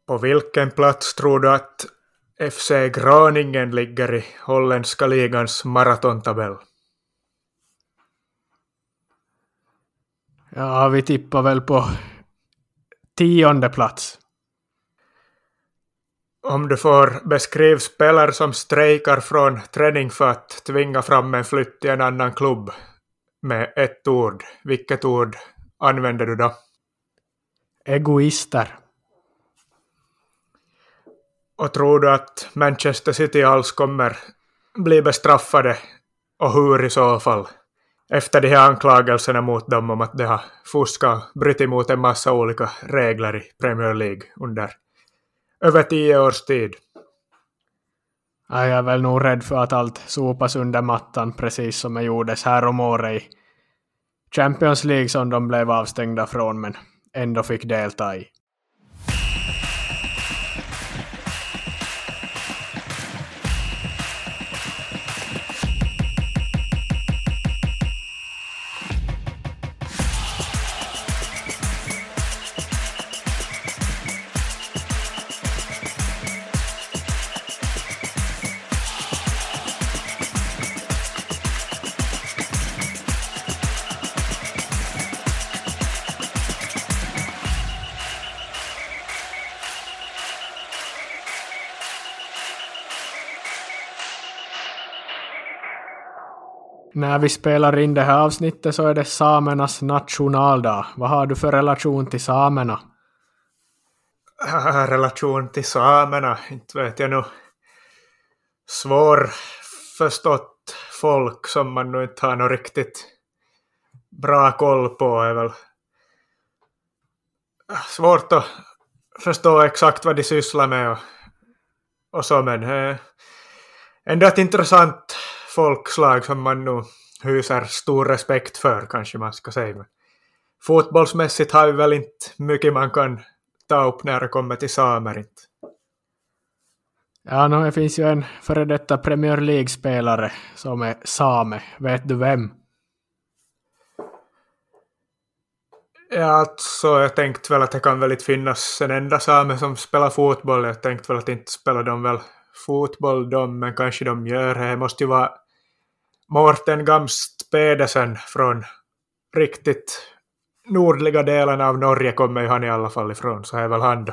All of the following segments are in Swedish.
På vilken plats tror du att FC Groningen ligger i holländska ligans maratontabell? Ja, vi tippar väl på 10:e plats. Om du får beskriva spelare som strejkar från träning för att tvinga fram en flytt till en annan klubb med ett ord, vilket ord använder du då? Egoister. Och tror du att Manchester City alls kommer bli bestraffade, och hur i så fall? Efter de här anklagelserna mot dem om att de har fuskat, brutit mot en massa olika regler i Premier League under över 10 års tid. Jag är väl nog rädd för att allt sopas under mattan, precis som det gjordes här om året i Champions League som de blev avstängda från men ändå fick delta i. När vi spelar in det här avsnittet så är det samernas nationaldag. Vad har du för relation till samerna? Relation till samerna, inte vet jag nu. Svårförstått folk som man nu inte har något riktigt bra koll på är väl svårt att förstå exakt vad de sysslar med och så, men ändå ett intressant folkslag som man nu hyser stor respekt för, kanske man ska säga. Men fotbollsmässigt har vi väl inte mycket man kan ta upp när det kommer till samer. Inte. Ja, det finns ju en före detta Premier League-spelare som är same. Vet du vem? Ja, alltså jag tänkte väl att det kan väl inte finnas en enda same som spelar fotboll. Jag tänkte väl att inte spelar de väl fotboll de, men kanske de gör. Det måste ju vara Morten Gamst Pedersen från riktigt nordliga delen av Norge kommer ju han i alla fall ifrån, så är väl han då.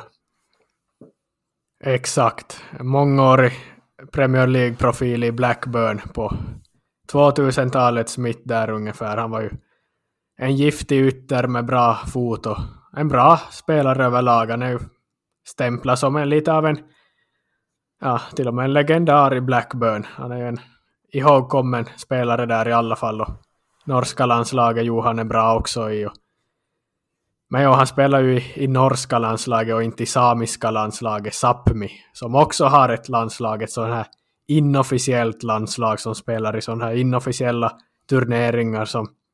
Exakt. Mångårig Premier League-profil i Blackburn på 2000-talets mitt där ungefär. Han var ju en giftig ytter med bra fot och en bra spelare överlag. Han är ju stämplad som en lite av en, ja, till och med en legendar i Blackburn. Han är ju en ihågkommen spelare där i alla fall, och norska landslaget Johan är bra också i. Men ja, han spelar ju i norska landslaget och inte i samiska landslaget Sápmi, som också har ett landslag, ett sån här inofficiellt landslag som spelar i såna här inofficiella turneringar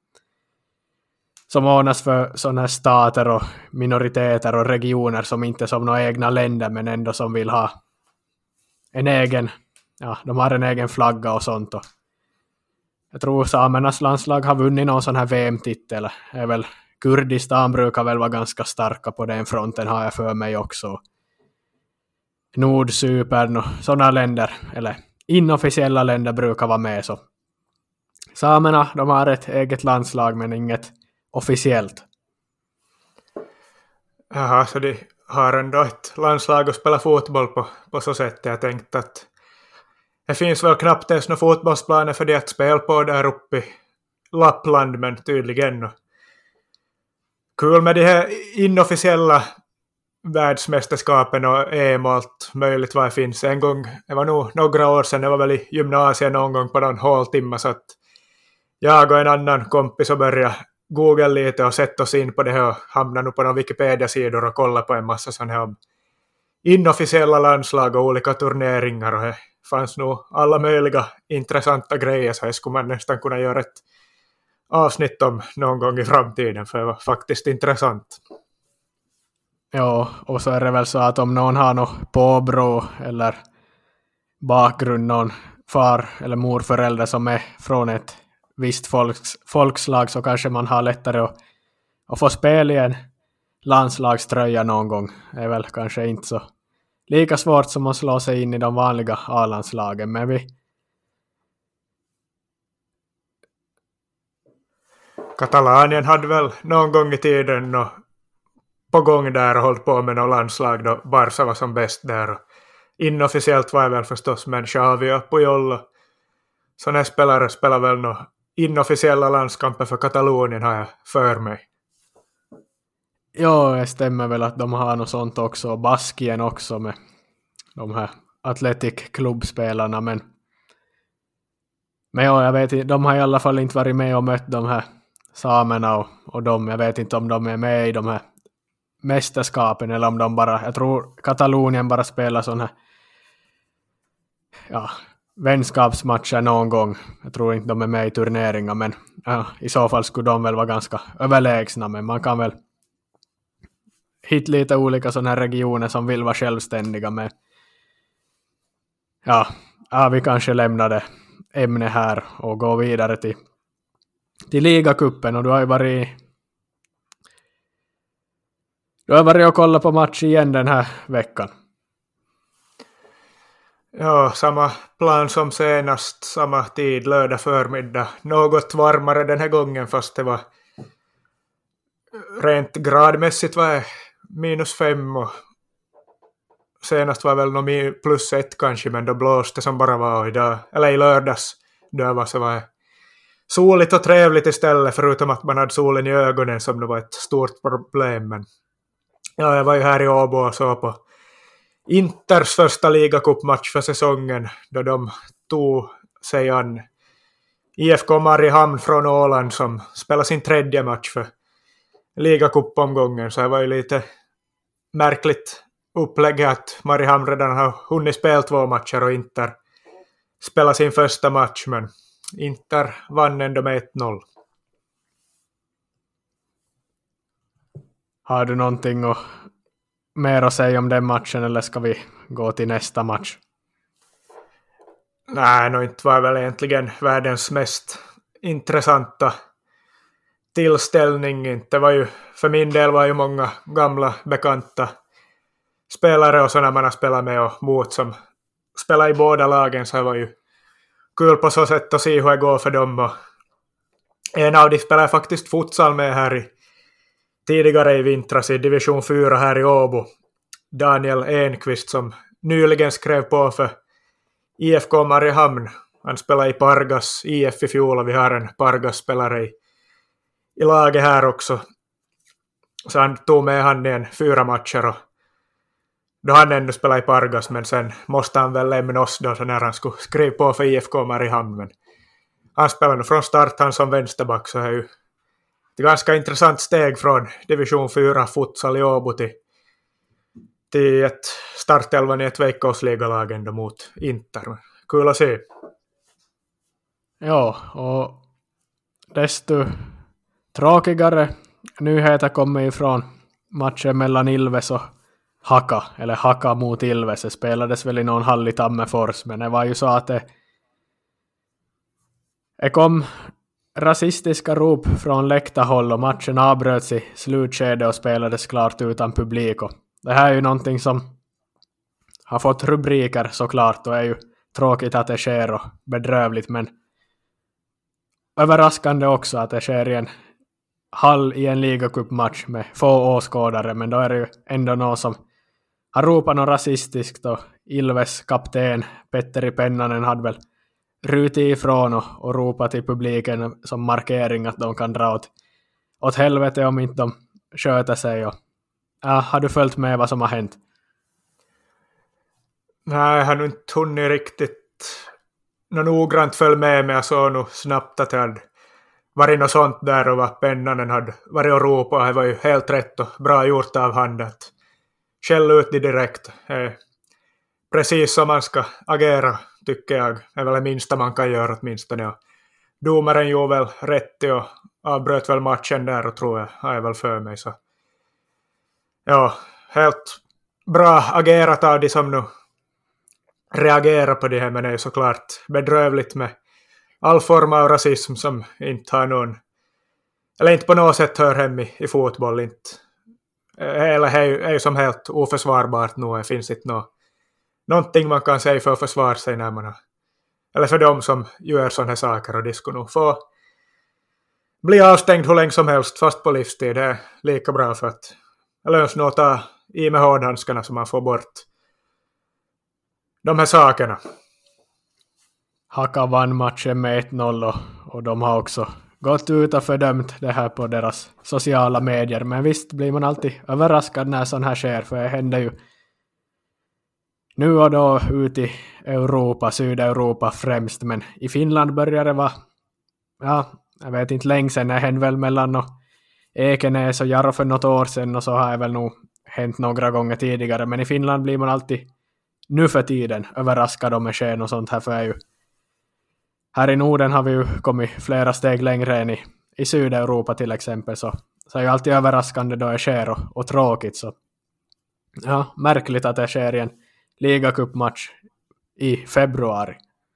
som ordnas för såna här stater och minoriteter och regioner som inte är som några egna länder men ändå som vill ha en egen, ja, de har en egen flagga och sånt. Och jag tror samernas landslag har vunnit någon sån här VM-titel. Det är väl Kurdistan brukar väl vara ganska starka på den fronten, har jag för mig också. Nordcypern och sådana länder, eller inofficiella länder, brukar vara med. Så samerna, de har ett eget landslag men inget officiellt. Jaha, så de har ändå ett landslag att spela fotboll på så sätt. Jag tänkte att det finns väl knappt ens några fotbollsplaner för det att spela på där uppe i Lappland, men tydligen. Kul med de här inofficiella världsmästerskapen och EM och allt möjligt vad det finns. En gång, det var nog några år sedan, det var väl i gymnasiet någon gång på någon håltimme, så att jag och en annan kompis och började googla lite och sätta oss in på det här och hamnade nu på några Wikipedia-sidor och kolla på en massa sådana här inofficiella landslag och olika turneringar, och det fanns nog alla möjliga intressanta grejer, så det skulle man nästan kunna göra ett avsnitt om någon gång i framtiden, för det var faktiskt intressant. Ja, och så är det väl så att om någon har något påbrå eller bakgrund, någon far eller morförälder som är från ett visst folkslag, så kanske man har lättare att få spel i en landslagströja någon gång. Det är väl kanske inte så lika svårt som att slå sig in i de vanliga A-landslagen, men vi... Katalanien hade väl någon gång i tiden och på gång där och hållit på med någon landslag då Barca var som bäst där. Och inofficiellt var jag väl förstås med Xavi och Puyol. Sådana spelare spelar väl några inofficiella landskamper för Katalonien har jag för mig. Ja, det stämmer väl att de har något sånt också. Baskien också med de här Athletic-klubbspelarna. Men ja, jag vet inte. De har i alla fall inte varit med och mött de här samerna och de. Jag vet inte om de är med i de här mästerskapen eller om de bara... Jag tror Katalonien bara spelar sådana här... Ja, vänskapsmatcher någon gång. Jag tror inte de är med i turneringar, men ja, i så fall skulle de väl vara ganska överlägsna. Men man kan väl hitta lite olika sådana här regioner som vill vara självständiga. Men ja, vi kanske lämnar det ämne här och går vidare till ligacupen. Och du har ju varit och kollat på match igen den här veckan. Ja, samma plan som senast, samma tid, lördag förmiddag. Något varmare den här gången fast det var rent gradmässigt var det -5 och senast var väl +1 kanske, men då blåste som bara var idag, eller i lördags då var så var det soligt och trevligt istället, förutom att man hade solen i ögonen som det var ett stort problem. Men ja, jag var ju här i Åbo och så på Inters första ligacupmatch för säsongen då de tog sig an IFK Mariehamn från Åland som spelade sin 3:e match för ligacupomgången, så det var ju lite märkligt upplägg att Mariehamn redan har hunnit spela 2 matcher och Inter spelade sin första match, men Inter vann ändå med 1-0. Har du någonting mer att säga om den matchen eller ska vi gå till nästa match? Nej, inte var väl egentligen världens mest intressanta tillställning. Det var ju, för min del var ju många gamla bekanta spelare och sådana man har spelat med och mot som spelar i båda lagen, så det var ju kul på så sätt att se hur det går för dem. Och en av de spelar faktiskt futsal med här tidigare i vintras i division 4 här i Åbo. Daniel Enqvist som nyligen skrev på för IFK Mariehamn. Han spelar i Pargas IF i fjol och vi har en Pargas-spelare i laget här också. Så han tog med han i 4 matcher och då han ändå spelade i Pargas, men sen måste han väl lämna oss då så när han skulle skriva på för IFK Mariehamn. Men han spelade från start han som vänsterback, så är ju ett ganska intressant steg från division 4 futsal i Åbo till ett startelvan i ett veckosligalag ändå mot Inter. Kul att se. Ja, och desto tråkigare nyheter kommer ifrån matchen mellan Ilves och Haka, eller Haka mot Ilves. Det spelades väl i någon hall i Tammerfors, men det var ju så att det kom rasistiska rop från läktarhåll och matchen avbröts i slutskede och spelades klart utan publik. Och det här är ju någonting som har fått rubriker såklart och är ju tråkigt att det sker och bedrövligt, men överraskande också att det sker i en hall i en ligacupmatch med få åskådare, men då är det ju ändå någon som har ropat något rasistiskt och Ilves kapten Petteri Pennanen hade väl rutit ifrån och ropat till publiken som markering att de kan dra åt helvete om inte de sköter sig. Och, har du följt med vad som har hänt? Nej, jag har nog inte hunnit riktigt noggrant följ med, men jag såg nog snabbt att det hade varit något sånt där och vad Pennanen hade varit och ropa. Det var ju helt rätt och bra gjort av han att skälla ut det direkt. Precis som man ska agera, tycker jag. Det är väl det minsta man kan göra åtminstone. Och domaren gjorde väl rätt och avbröt väl matchen där och tror jag har jag väl för mig. Så ja, helt bra agerat av de som nu reagerar på det här, men det är ju såklart bedrövligt med all form av rasism som inte har någon, eller inte på något sätt hör hem i fotboll. Inte Eller är ju som helt oförsvarbart nu. Det finns inte någonting man kan säga för att försvara sig när man har, eller för dem som gör sådana här saker, och de skulle nog få bli avstängd hur länge som helst fast på livstid. Det är lika bra för att eller nog ta i med hårdhandskarna så man får bort de här sakerna. Haka vann matchen med 1-0 och de har också gått ut och fördömt det här på deras sociala medier. Men visst blir man alltid överraskad när sånt här sker, för det händer ju nu och då ut i Europa, Sydeuropa främst, men i Finland börjar det vara, jag vet inte länge sedan, det hände väl mellan Ekenäs och Jarro för något år sedan, och så har det väl nog hänt några gånger tidigare, men i Finland blir man alltid nu för tiden överraskad om det sker och sånt här, för ju här i Norden har vi ju kommit flera steg längre än i Sydeuropa till exempel, så är ju alltid överraskande då det sker och tråkigt, så ja, märkligt att det sker i en ligacupmatch i februari.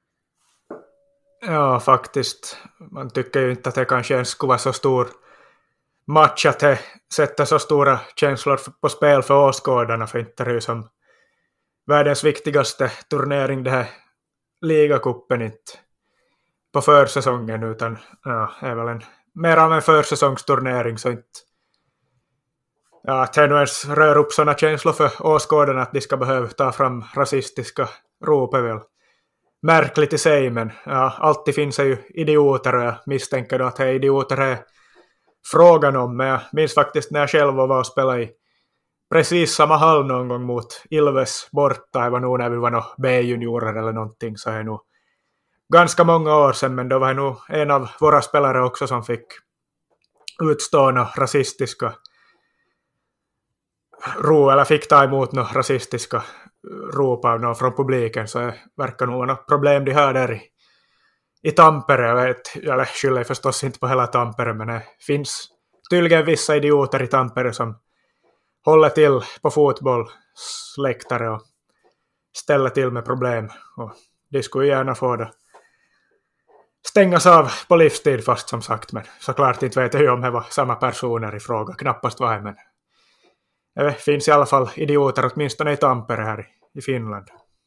Ja, faktiskt. Man tycker ju inte att det kanske ens skulle vara så stor match att det sätter så stora känslor på spel för åskådarna, för inte det är som världens viktigaste turnering det här ligacupen, inte på försäsongen, utan är väl mer av en försäsongsturnering, så inte att det nu ens rör upp sådana känslor för åskådarna att de ska behöva ta fram rasistiska rop är väl märkligt i sig, men alltid finns det ju idioter, och jag misstänker då att det är idioter är frågan om, men jag minns faktiskt när jag själv var och spelade i precis samma hall någon gång mot Ilves borta, det var nog när vi var några B-juniorer eller någonting, så är det nog ganska många år sedan, men då var det nog en av våra spelare också som fick utstå några rasistiska eller fick ta emot några rasistiska rop av någon från publiken, så det verkar nog vara något problem de har där i Tampere. Jag skyller förstås inte på hela Tampere, men det finns tydligen vissa idioter i Tampere som håller till på fotbollsläktare och ställer till med problem, och de skulle gärna få det stängas av på livstid fast, som sagt, men såklart inte vet jag om det var samma personer i fråga, knappast var det, men det finns i alla fall idioter åtminstone i Tampere här i Finland.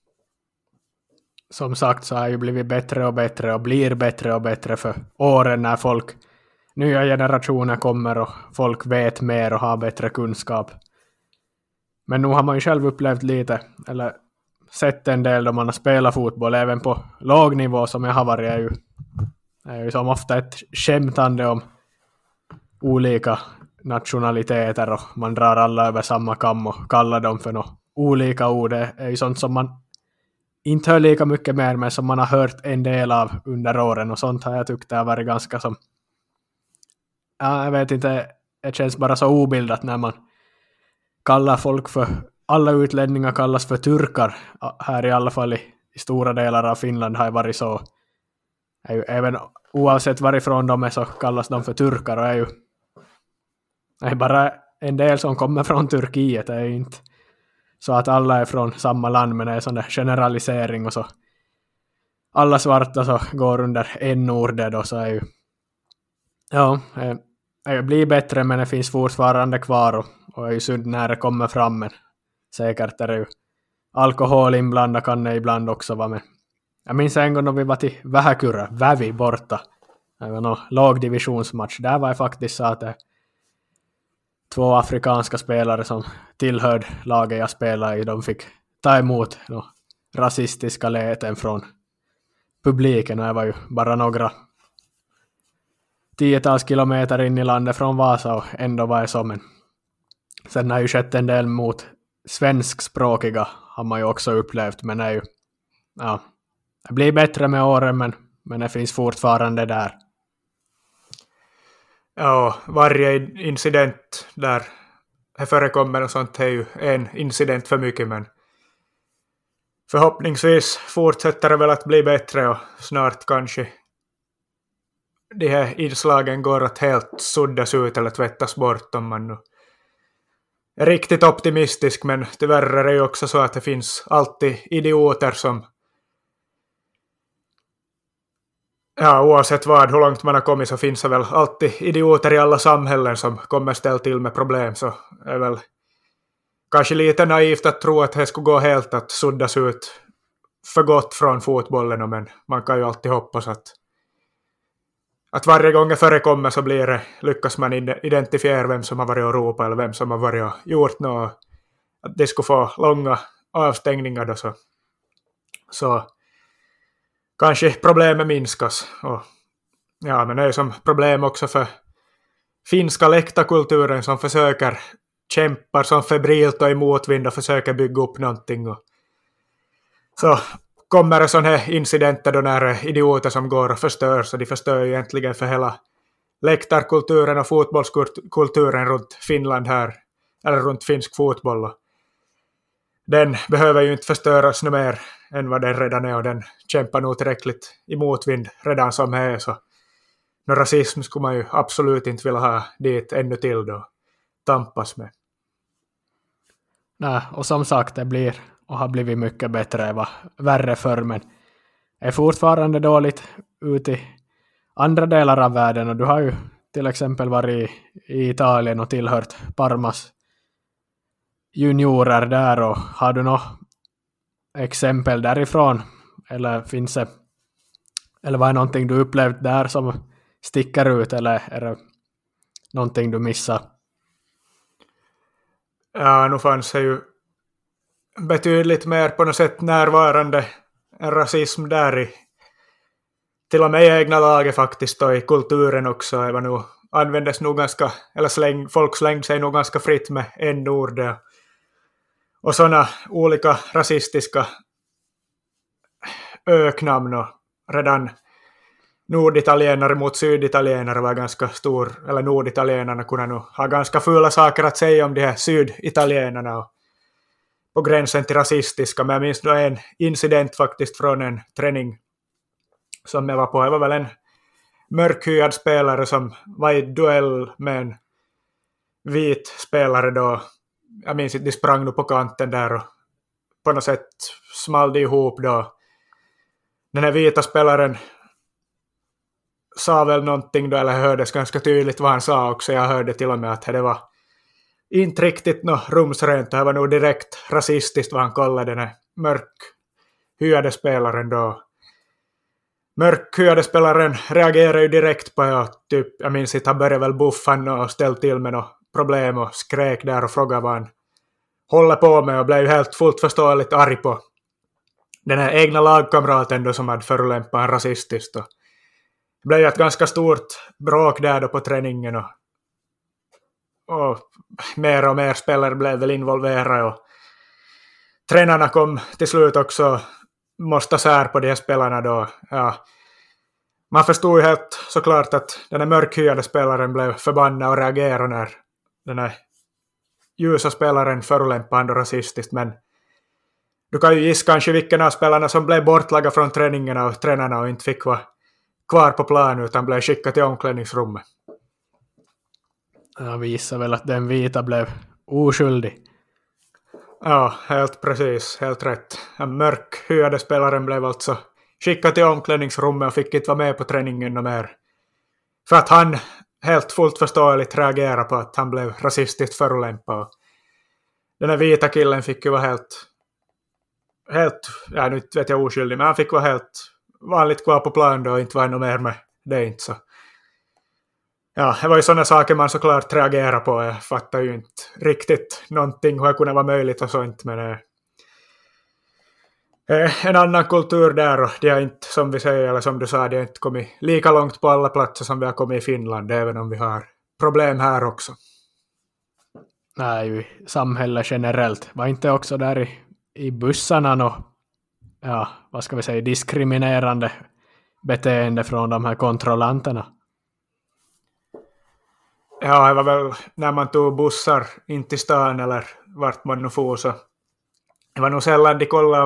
Som sagt så har det ju blivit bättre och bättre och blir bättre och bättre för åren när nya generationer kommer och folk vet mer och har bättre kunskap. Men nu har man ju själv upplevt lite, eller sett en del då man har spelat fotboll även på låg nivå som jag har varit, är ju som ofta ett skämtande om olika nationaliteter, och man drar alla över samma kam och kallar dem för något olika ord. Det är ju sånt som man inte hör lika mycket mer, men som man har hört en del av under åren, och sånt har jag tyckt det har varit ganska som, jag vet inte, det känns bara så obildat när man kallar folk för, alla utlänningar kallas för turkar här, i alla fall i stora delar av Finland har det varit så. Även oavsett varifrån de är så kallas de för turkar, och det är bara en del som kommer från Turkiet. Det är inte så att alla är från samma land, men det är sån där generalisering, och så alla svarta så går under n-ordet, och så är ju det blir bättre, men det finns fortfarande kvar, och är ju synd när det kommer fram, men säkert är det ju alkohol inblandat, kan det ibland också vara, men jag minns en gång när vi var till Vävi borta, det var någon lagdivisionsmatch, där var jag faktiskt så att det 2 afrikanska spelare som tillhörde laget jag spelade i, de fick ta emot rasistiska läten från publiken, och det var ju bara några 10-tals kilometer in i landet från Vasa, och ändå var det så, men sen har ju skett en del mot svenskspråkiga har man ju också upplevt, men det är ju det blir bättre med åren, men det finns fortfarande där. Ja, varje incident där det förekommer och sånt är ju en incident för mycket, men förhoppningsvis fortsätter det väl att bli bättre, och snart kanske de här inslagen går att helt suddas ut eller tvättas bort om man nu är riktigt optimistisk, men tyvärr är det ju också så att det finns alltid idioter som Ja, oavsett vad, hur långt man har kommit så finns det väl alltid idioter i alla samhällen som kommer ställa till med problem, så är väl kanske lite naivt att tro att det skulle gå helt att suddas ut för gott från fotbollen, men man kan ju alltid hoppas att varje gång det förekommer så lyckas man identifiera vem som har varit och ropat eller vem som har varit och gjort något, att det skulle få långa avstängningar då, så kanske problemet minskas. Och ja, men det är som problem också för finska läktarkulturen som försöker kämpar som febrilt och i motvind och försöker bygga upp någonting. Och så kommer det sådana här incidenter då när idioter som går och förstör, så de förstör ju egentligen för hela läktarkulturen och fotbollskulturen runt Finland här, eller runt finsk fotboll. Och den behöver ju inte förstöras något mer än vad den redan är, och den kämpar nog tillräckligt i motvind redan som är, så någon rasism skulle man ju absolut inte vilja ha dit ännu till då tampas med. Nej, och som sagt, det blir och har blivit mycket bättre än vad värre förr, men är fortfarande dåligt ute i andra delar av världen, och du har ju till exempel varit i Italien och tillhört Parmas juniorer där, och har du något exempel därifrån, eller finns det, eller vad är någonting du upplevt där som sticker ut, eller är det någonting du missar? Ja, nu fanns det ju betydligt mer på något sätt närvarande en rasism där i till och med i egna laget faktiskt, och i kulturen också. Det var nog, användes nog ganska, eller folk slängde sig nog ganska fritt med en ord och sådana olika rasistiska öknamn, och redan norditalienare mot syditalienare var ganska stor, eller norditalienarna kunde nog ha ganska fula saker att säga om de här syditalienarna och på gränsen till rasistiska. Men jag minns då en incident faktiskt från en träning som jag var på. Det var väl en mörkhyad spelare som var i duell med en vit spelare då. Jag minns inte, de sprang nu på kanten där och på något sätt small det ihop då. Den här vita spelaren sa väl någonting då, eller hördes ganska tydligt vad han sa också. Jag hörde till och med att det var inte riktigt något rumsrent. Det var nog direkt rasistiskt vad han kallade den här mörkhyade spelaren då. Mörkhyade spelaren reagerade ju direkt på det. Typ, jag minns inte, han började väl buffa och ställde till med något problem och skrek där och frågade vad han håller på med, och blev ju helt fullt förståeligt arg på den här egna lagkamraten då som hade förolämpat han rasistiskt. Det blev ju ett ganska stort bråk där då på träningen, och mer och mer spelare blev väl involverade, och tränarna kom till slut också måste sär på de här spelarna då. Ja. Man förstod ju helt såklart att den här mörkhyade spelaren blev förbannad och reagerade när den här ljusa spelaren förolämpade han då rasistiskt, men du kan ju gissa kanske vilken av spelarna som blev bortlagda från träningen av tränarna och inte fick vara kvar på plan utan blev skickad till omklädningsrummet. Jag visar väl att den vita blev oskyldig. Ja, helt precis, helt rätt. En mörkhyade spelaren blev alltså skickad till omklädningsrummet och fick inte vara med på träningen och mer. För att han helt fullt förståeligt reagerade på att han blev rasistiskt förolämpad. Den här vita killen fick ju vara helt, ja nu vet jag oskyldig, men han fick vara helt vanligt kvar på plan då och inte vara något mer med det inte så. Ja, det var ju sådana saker man såklart reagerar på. Jag fattar ju inte riktigt någonting hur det kunde vara möjligt och sånt, men en annan kultur där, och det har inte, som vi säger, eller som du sa, det har inte kommit lika långt på alla platser som vi har kommit i Finland, även om vi har problem här också. Nej, ju samhället generellt. Var inte också där i bussarna och ja, vad ska vi säga, diskriminerande beteende från de här kontrollanterna? Ja, det var väl när man tog bussar in till stan eller vart man nu får, så det var nog sällan de kollade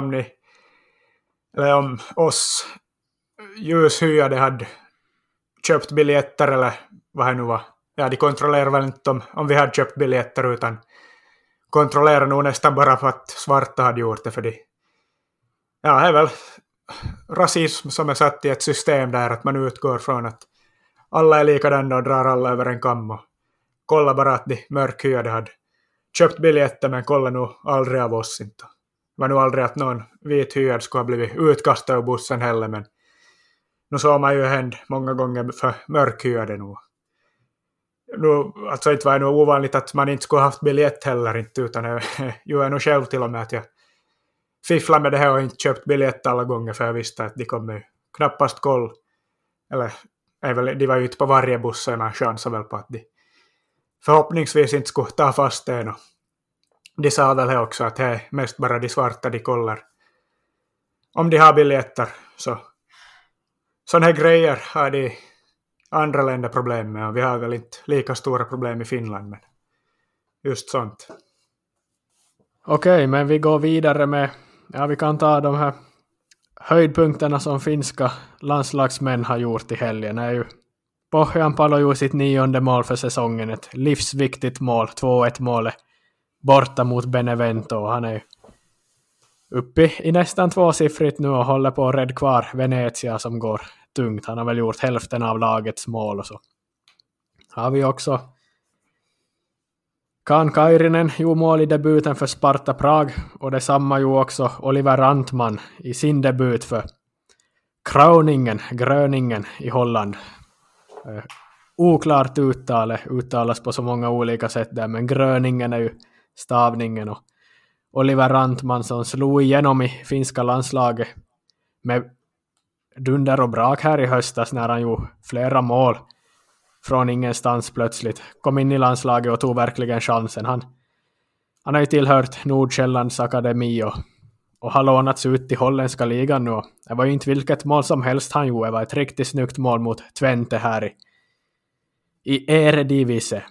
om oss ljushyade hade köpt biljetter eller vad det nu var. Ja, de kontrollerade väl inte om vi hade köpt biljetter, utan kontrollerade nog nästan bara för att svarta hade gjort det för de. Ja, det är väl rasism som är satt i ett system där att man utgår från att alla är likadana och drar alla över en kam och kolla bara att de mörkhyade hade köpt biljetter men kolla nog aldrig av oss inte. Det var nog aldrig att någon vithyad skulle ha blivit utkastad ur bussen heller, men nu såg man ju hända många gånger för mörkhyade nog. Nu, alltså inte var det nog ovanligt att man inte skulle ha haft biljett heller inte, utan jag är nog själv till och med att jag fifflade med det här och inte köpt biljett alla gånger för jag visste att de kommer knappast koll. Eller de var ju inte på varje buss så man chansar väl på att de förhoppningsvis inte skulle ta fast en. Och de sa väl här också att det är mest bara de svarta de kollar. Om de har biljetter så sådana här grejer har de andra länder problem med och vi har väl inte lika stora problem i Finland, men just sånt. Okej, men vi går vidare med, vi kan ta de här höjdpunkterna som finska landslagsmän har gjort i helgen. Det är ju Pohjanpalo gjorde sitt 9:e mål för säsongen, ett livsviktigt mål, 2-1 målet borta mot Benevento. Han är uppe i nästan 2-siffrigt nu och håller på att rädda kvar Venezia som går tungt. Han har väl gjort hälften av lagets mål och så. Har vi också Kan Kairinen gjorde mål i debuten för Sparta Prag och detsamma gjorde också Oliver Rantman i sin debut för Gröningen i Holland. Oklart uttalas på så många olika sätt där, men Gröningen är ju stavningen och Oliver Rantman som slog igenom i finska landslaget med dunder och brak här i höstas när han gjorde flera mål från ingenstans plötsligt. Kom in i landslaget och tog verkligen chansen. Han har ju tillhört Nordsjällands akademi och har lånats ut i holländska ligan nu. Det var ju inte vilket mål som helst han gjorde. Det var ett riktigt snyggt mål mot Twente här i Eredivisie.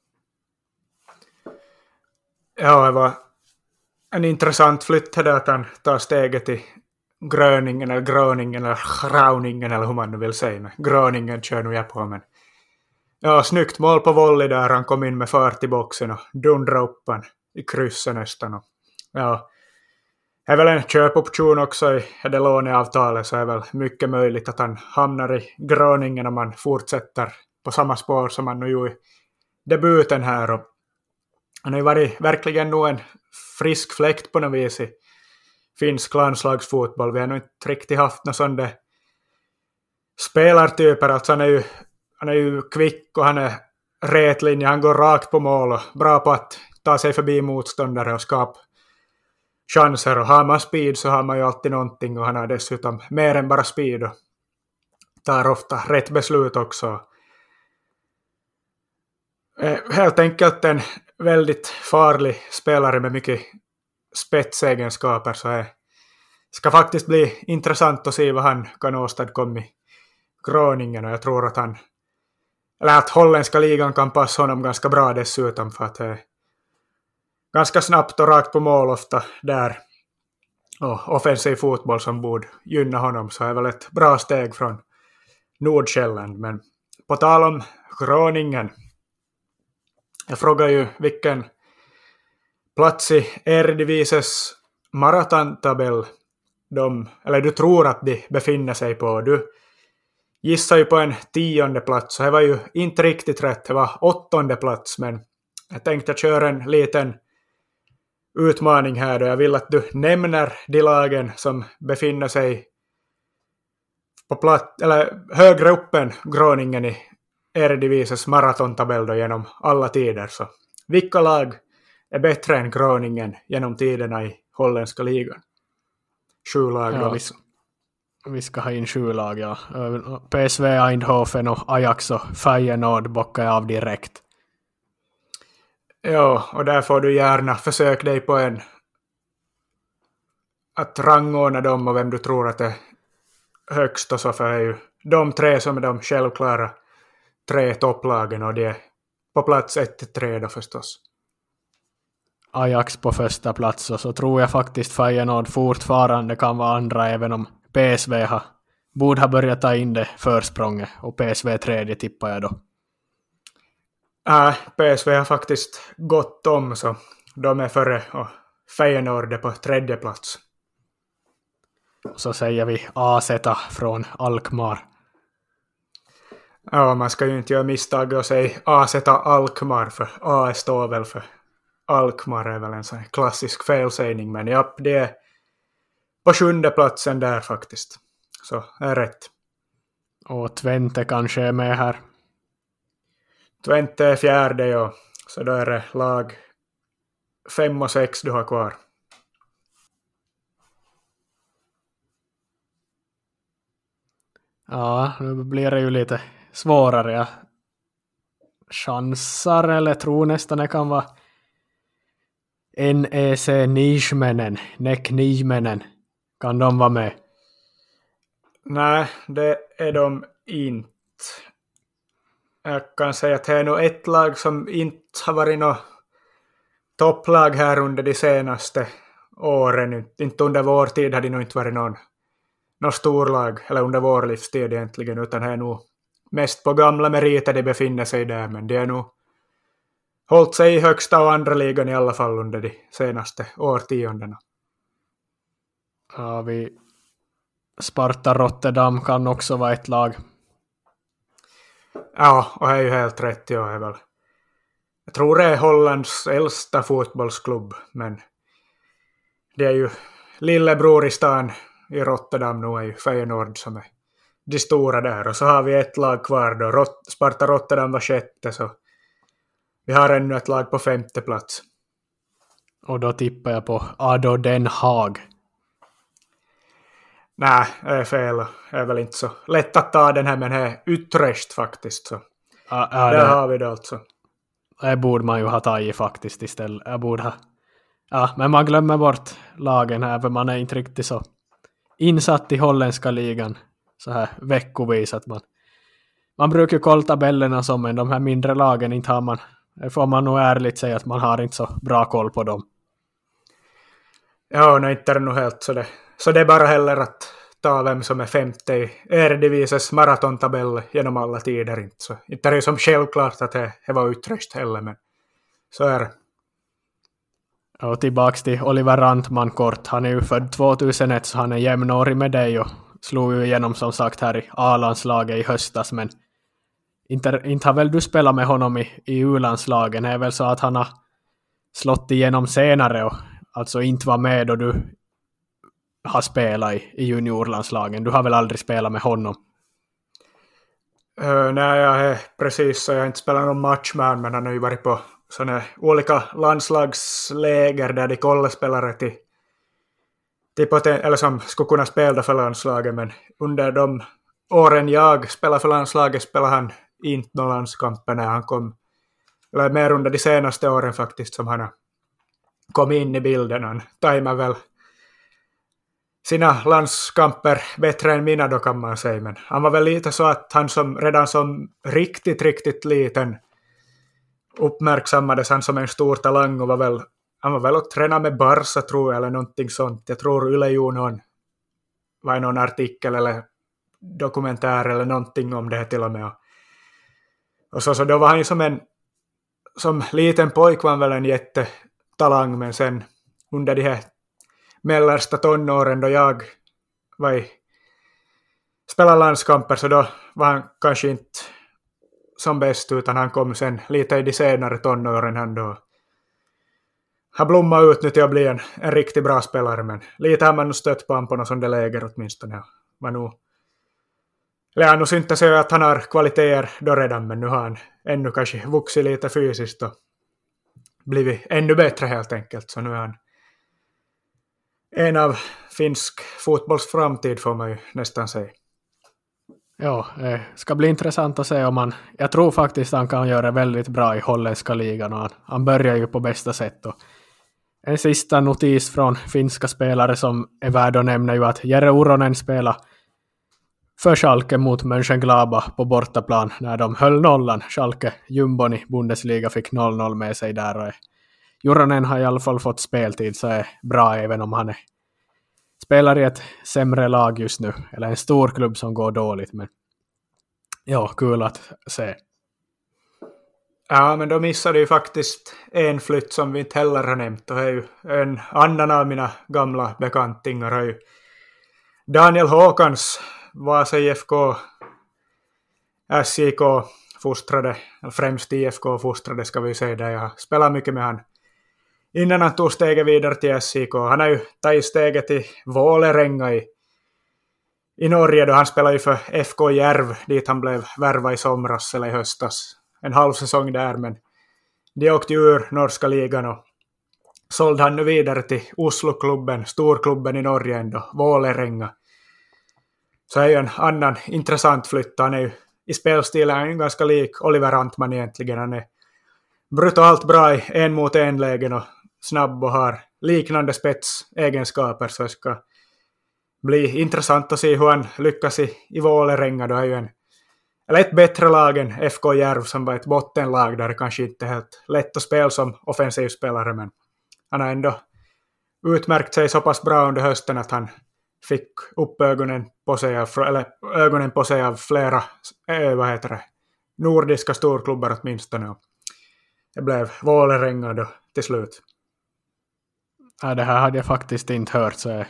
Ja, det var en intressant flytt där att han tar steget i Gröningen eller Grauningen eller hur man nu vill säga. Men Gröningen kör nu jag på, men ja, snyggt mål på volley där. Han kom in med fart i boxen och dundra upp han i krysset nästan. Och ja, det är väl en köpoption också i det låneavtalet, så är väl mycket möjligt att han hamnar i Gröningen om man fortsätter på samma spår som han nu gjorde i debuten här. Och han har ju varit verkligen nog en frisk fläkt på något vis i finsk landslagsfotboll. Vi har nog inte riktigt haft någon sån där spelartyper. Alltså han är ju kvick och han är rätlinje. Han går rakt på mål och bra på att ta sig förbi motståndare och skapa chanser. Och har man speed så har man ju alltid någonting. Och han har dessutom mer än bara speed och tar ofta rätt beslut också. Helt enkelt en väldigt farlig spelare med mycket spetsegenskaper. Så det ska faktiskt bli intressant att se vad han kan åstadkomma i Groningen. Och jag tror att holländska ligan kan passa honom ganska bra dessutom, för att det är ganska snabbt och rakt på mål ofta där. Och offensiv fotboll som borde gynna honom, så är väl ett bra steg från Nordsjälland. Men på tal om Groningen, jag frågar ju vilken plats i Eredivises maratontabell du tror att de befinner sig på. Du gissar ju på en 10:e plats, så det var ju inte riktigt rätt. Det var 8:e plats, men jag tänkte köra en liten utmaning här, och jag vill att du nämner de lagen som befinner sig på plats eller högre upp än Groningen i Eredivises maratontabell då genom alla tider. Så vilka lag är bättre än Groningen genom tiderna i holländska ligan? 7 lag alltså. Vi ska ha in 7 lag, ja. PSV, Eindhoven och Ajax och Feyenoord bockar av direkt. Ja, och där får du gärna försöka dig på att rangordna dem och vem du tror att är högst, och så för är ju de 3 som är de självklara 3 topplagen, och det är på plats 1-3 då förstås. Ajax på första plats, och så tror jag faktiskt Feyenoord fortfarande kan vara andra, även om PSV borde ha börjat ta in det försprånget, och PSV 3 tippar jag då. PSV har faktiskt gått om, så de är före och Feyenoord är på 3:e plats. Så säger vi AZ från Alkmaar. Ja, man ska ju inte göra misstag och säga AZ Alkmaar, för A står väl för Alkmaar, är väl en sån klassisk felsägning, men ja, det är på 7:e platsen där faktiskt. Så är rätt. Och Twente kanske är med här. Twente är 4:e, ja. Så då är det lag 5 och 6 du har kvar. Ja, nu blir det ju lite svårare. Jag chansar eller tror nästan det kan vara NEC Nijmenen. Kan de vara med? Nej, det är de inte. Jag kan säga att det är nog ett lag som inte har varit något topplag här under de senaste åren. Inte under vår tid har det nog inte varit någon storlag, eller under vår livstid egentligen, utan det är nog mest på gamla meriter de befinner sig där, men det är nog hållit sig i högsta och andra ligan i alla fall under de senaste årtiondena. Ja, Sparta Rotterdam kan också vara ett lag. Ja, och det är ju helt rätt. Jag tror det är Hollands äldsta fotbollsklubb, men det är ju lillebror i stan i Rotterdam nu, är ju Feyenoord som är de stora där. Och så har vi ett lag kvar då. Sparta Rotterdam var 6:e, så vi har ännu ett lag på 5:e plats. Och då tippar jag på ADO Den Haag. Nej, det är fel. Det är väl inte så lätt att ta den här, men det är Utrecht faktiskt. Så. Där har vi det alltså. Det borde man ju ha tagit faktiskt istället. Jag borde ha... Ja, men man glömmer bort lagen här, för man är inte riktigt så insatt i holländska ligan så här veckovis att man brukar kolla tabellerna som, men de här mindre lagen inte har man. Det får man nog ärligt säga att man har inte så bra koll på dem. Ja, nej, inte är det nog helt så det. Så det är bara heller att ta vem som är 5:e i Eredivises maratontabell genom alla tider. Inte så. Inte är det som självklart att det var Utrecht heller, men så är det. Och tillbaks till Oliver Rantman kort. Han är ju född 2001, så han är jämnårig med dig och slog ju igenom som sagt här i A-landslaget i höstas, men inte har väl du spelat med honom i U-landslagen? Det är väl så att han har slått igenom senare och alltså inte var med då du har spelat i juniorlandslagen. Du har väl aldrig spelat med honom? Nej, jag är precis så. Jag har inte spelat någon match med honom, men han har ju varit på sådana olika landslagsläger där de kollar spelare till eller som skulle kunna spela för landslaget, men under de åren jag spelade för landslaget spelade han inte någon landskamper när han kom, eller mer under de senaste åren faktiskt som han kom in i bilden. Han tajmar väl sina landskamper bättre än mina då, kan man säga, men han var väl lite så att han redan som riktigt liten uppmärksammades han som en stor talang och han var väl att träna med Barca, tror jag, eller någonting sånt. Jag tror Yle gjorde någon artikel eller dokumentär eller någonting om det här till och med. Och så då var han ju som liten pojk var han väl en jättetalang, men sen under de här mellersta tonåren då jag spelade landskamper, så då var han kanske inte som bäst, utan han kom sen lite i de senare tonåren. Han blommade ut nu till att bli en riktigt bra spelare, men lite har man stött på honom på något sådant läger åtminstone. Han syntes ju att han har kvaliteter då redan, men nu har han ännu kanske vuxit lite fysiskt och blivit ännu bättre helt enkelt. Så nu är han en av finsk fotbolls framtid, får man ju nästan säga. Ja, det ska bli intressant att se om han... Jag tror faktiskt han kan göra väldigt bra i holländska ligan, och han börjar ju på bästa sätt. Och en sista notis från finska spelare som är värd att nämna ju att Jere Uronen spelar för Schalke mot Mönchengladbach på bortaplan när de höll nollan. Schalke, jumbon i Bundesliga, fick 0-0 med sig där. Och Uronen har i alla fall fått speltid, så är bra även om han spelar i ett sämre lag just nu. Eller en stor klubb som går dåligt. Men ja, kul att se. Ja, men då missade ju faktiskt en flytt som vi inte heller har nämnt. Och det är ju en annan av mina gamla bekantingar har ju Daniel Håkans, Vasa IFK, SJK fostrade, eller främst IFK fostrade ska vi säga det. Jag spelar mycket med han innan han tog steget vidare till SJK. Han har ju tagit steget till Vålerenga i Norge då han spelade ju för FK Järv dit han blev värvad i somras eller i höstas. En halv säsong där, men de åkte ur norska ligan och sålde han nu vidare till Oslo-klubben, storklubben i Norge ändå, Vålerenga. Så är ju en annan intressant flytt. Han är ju i spelstilen ganska lik Oliver Antman egentligen. Han är brutalt bra i 1-mot-1-lägen och snabb och har liknande spetsegenskaper. Så det ska bli intressant att se hur han lyckas i Vålerenga. Då är ju ett bättre lag än FK Järv som var ett bottenlag där det kanske inte är helt lätt att spela som offensiv spelare, men han har ändå utmärkt sig så pass bra under hösten att han fick upp ögonen på sig av flera nordiska storklubbar åtminstone. Det blev Vålerenga då till slut. Ja, det här hade jag faktiskt inte hört. Så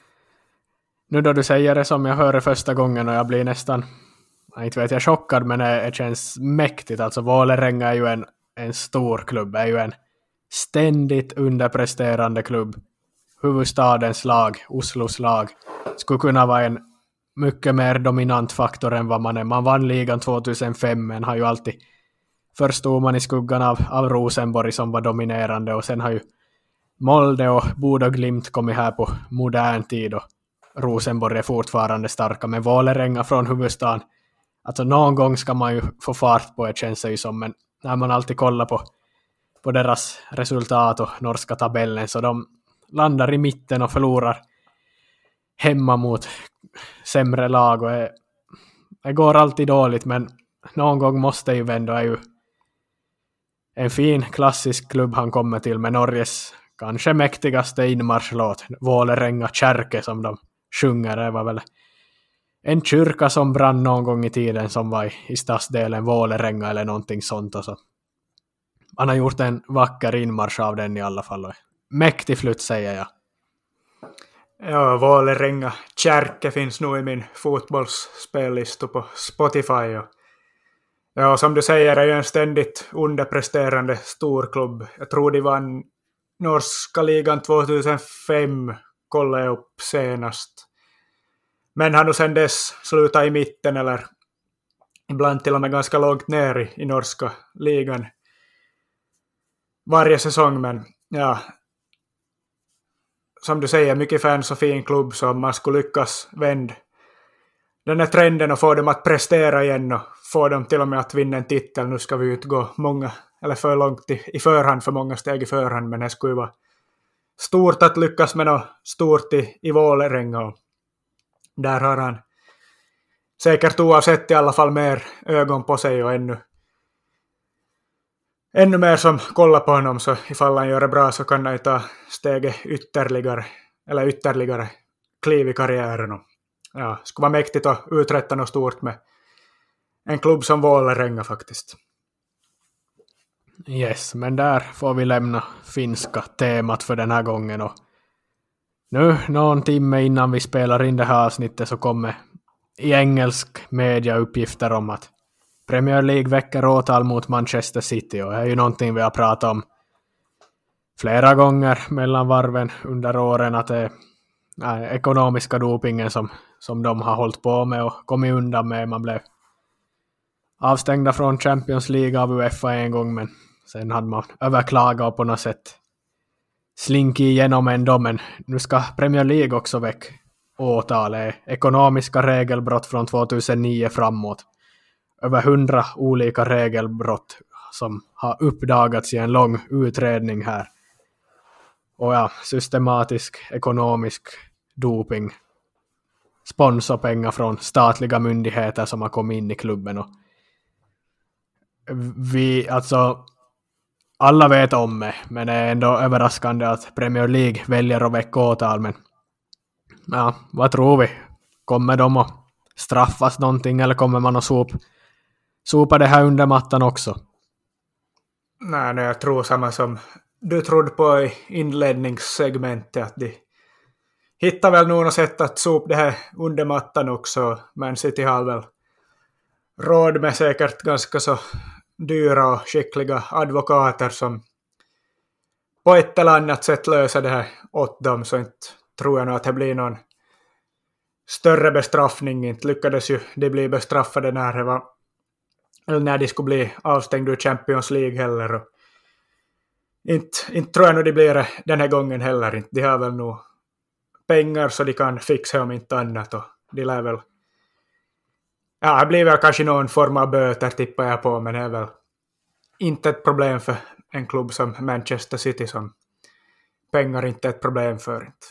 nu då du säger det som jag hörde första gången och jag blir nästan, inte vet jag, chockad, men det känns mäktigt. Alltså Vålerenga är ju en stor klubb, är ju en ständigt underpresterande klubb. Huvudstadens lag, Oslos lag, skulle kunna vara en mycket mer dominant faktor än vad man är. Man vann ligan 2005, men har ju alltid först stod man i skuggan av Rosenborg som var dominerande, och sen har ju Molde och Bodø Glimt kommit här på modern tid och Rosenborg är fortfarande starka, med Vålerenga från huvudstaden. Alltså någon gång ska man ju få fart på det, känns det ju som, men när man alltid kollar på deras resultat och norska tabellen, så de landar i mitten och förlorar hemma mot sämre lag, och det går alltid dåligt, men någon gång måste ju vända. Är ju en fin klassisk klubb han kommer till med Norges kanske mäktigaste inmarschlåt, Vålerenga kärke som de sjunger. Det var väl en kyrka som brann någon gång i tiden som var i stadsdelen Vålerenga eller någonting sånt, och så han har gjort en vacker inmarsch av den i alla fall. Mäktig flytt säger jag. Ja, Vålerenga kärke finns nog i min fotbollsspellista på Spotify. Ja, som du säger är ju en ständigt underpresterande storklubb. Jag tror de vann norska ligan 2005, kollade jag upp senast. Men han har sedan dess slutat i mitten eller ibland till och med ganska långt ner i norska ligan varje säsong. Men ja, som du säger, mycket fans och fin klubb, så man skulle lyckas vända den här trenden och få dem att prestera igen och få dem till och med att vinna en titel. Nu ska vi utgå många, eller för långt i förhand, för många steg i förhand, men det skulle vara stort att lyckas med något stort i Vålerenga, och där har han säkert oavsett i alla fall mer ögon på sig och ännu mer som kollar på honom, så ifall han gör det bra så kan han ta steget ytterligare kliv i karriären. Och ja, det skulle vara mäktigt att uträtta något stort med en klubb som Vålerenga faktiskt. Yes, men där får vi lämna finska temat för den här gången, och nu någon timme innan vi spelar in det här avsnittet så kommer i engelsk media uppgifter om att Premier League väcker åtal mot Manchester City, och det är ju någonting vi har pratat om flera gånger mellan varven under åren, att det är ekonomiska dopingen som de har hållit på med och kommit undan med. Man blev avstängda från Champions League av UEFA en gång, men sen hade man överklagat och på något sätt slinkt igenom ändå. Men nu ska Premier League också väcka åtal. Ekonomiska regelbrott från 2009 framåt. Över 100 olika regelbrott som har uppdagats i en lång utredning här. Och ja, systematisk ekonomisk doping. Sponsorpengar från statliga myndigheter som har kommit in i klubben. Och alla vet om det, men det är ändå överraskande att Premier League väljer att väcka åtal. Men ja, vad tror vi? Kommer de att straffas någonting, eller kommer man att sopa det här under mattan också? Nej, jag tror samma som du trodde på i inledningssegmentet, att de hittar väl nog något sätt att sopa det här under mattan också. Man City har väl råd med säkert ganska så dyra och skickliga advokater som på ett eller annat sätt löser det här åt dem, så inte tror jag nog att det blir någon större bestraffning. Inte lyckades ju de bli bestraffade när de skulle bli avstängda ur Champions League heller. Och inte tror jag nog de blir det den här gången heller. Inte. De har väl nog pengar så de kan fixa om inte annat. Och de lär väl... Ja, det blir väl kanske någon form av böter tippar jag på, men det är väl inte ett problem för en klubb som Manchester City som pengar inte är ett problem för. Inte.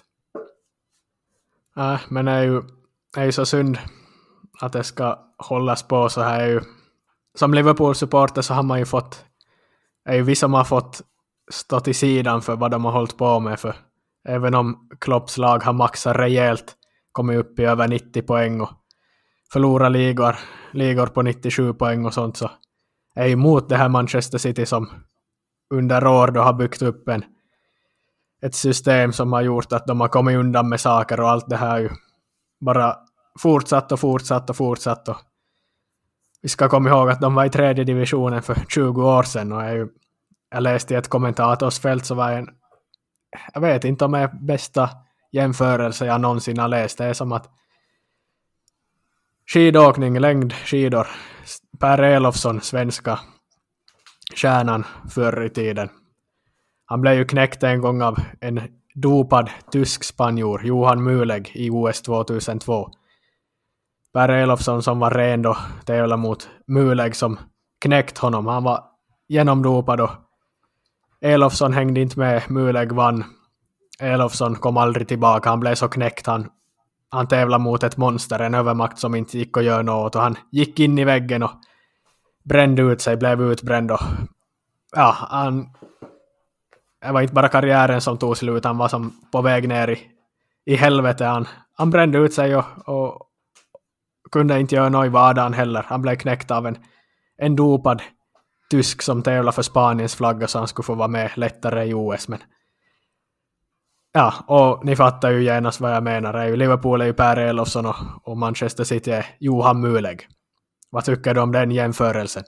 Ja, men det är ju så synd att det ska hållas på så här. Ju, som Liverpool-supporter så har man ju fått, är ju vi som har fått stå till sidan för vad de har hållit på med, för även om Klopps lag har maxat rejält, kommit upp i över 90 poäng och förlorat ligor på 97 poäng och sånt, så är ju emot det här Manchester City som under år då har byggt upp ett system som har gjort att de har kommit undan med saker, och allt det här ju bara fortsatt. Och vi ska komma ihåg att de var i 3:e divisionen för 20 år sedan, och jag läste i ett kommentatorsfält så var jag vet inte om det är bästa jämförelse jag någonsin har läst. Det är som att skidåkning, längdskidor, Per Elofsson, svenska stjärnan förr i tiden. Han blev ju knäckt en gång av en dopad tysk spanjor, Johan Mühlegg, i OS 2002. Per Elofsson som var ren då tävlade mot Mühlegg som knäckt honom. Han var genomdopad och Elofsson hängde inte med, Mühlegg vann. Elofsson kom aldrig tillbaka, han blev så knäckt. Han tävlade mot ett monster, en övermakt som inte gick att göra något, och han gick in i väggen och brände ut sig, blev utbränd. Och ja, det var inte bara karriären som tog slut, han var som på väg ner i helvete. Han brände ut sig och kunde inte göra något i vardagen heller. Han blev knäckt av en dopad tysk som tävlar för Spaniens flagga, så han skulle få vara med lättare i OS. Men ja, och ni fattar ju genast vad jag menar. Liverpool är ju Per Elofsson och Manchester City är Johan Mühlegg. Vad tycker du om den jämförelsen?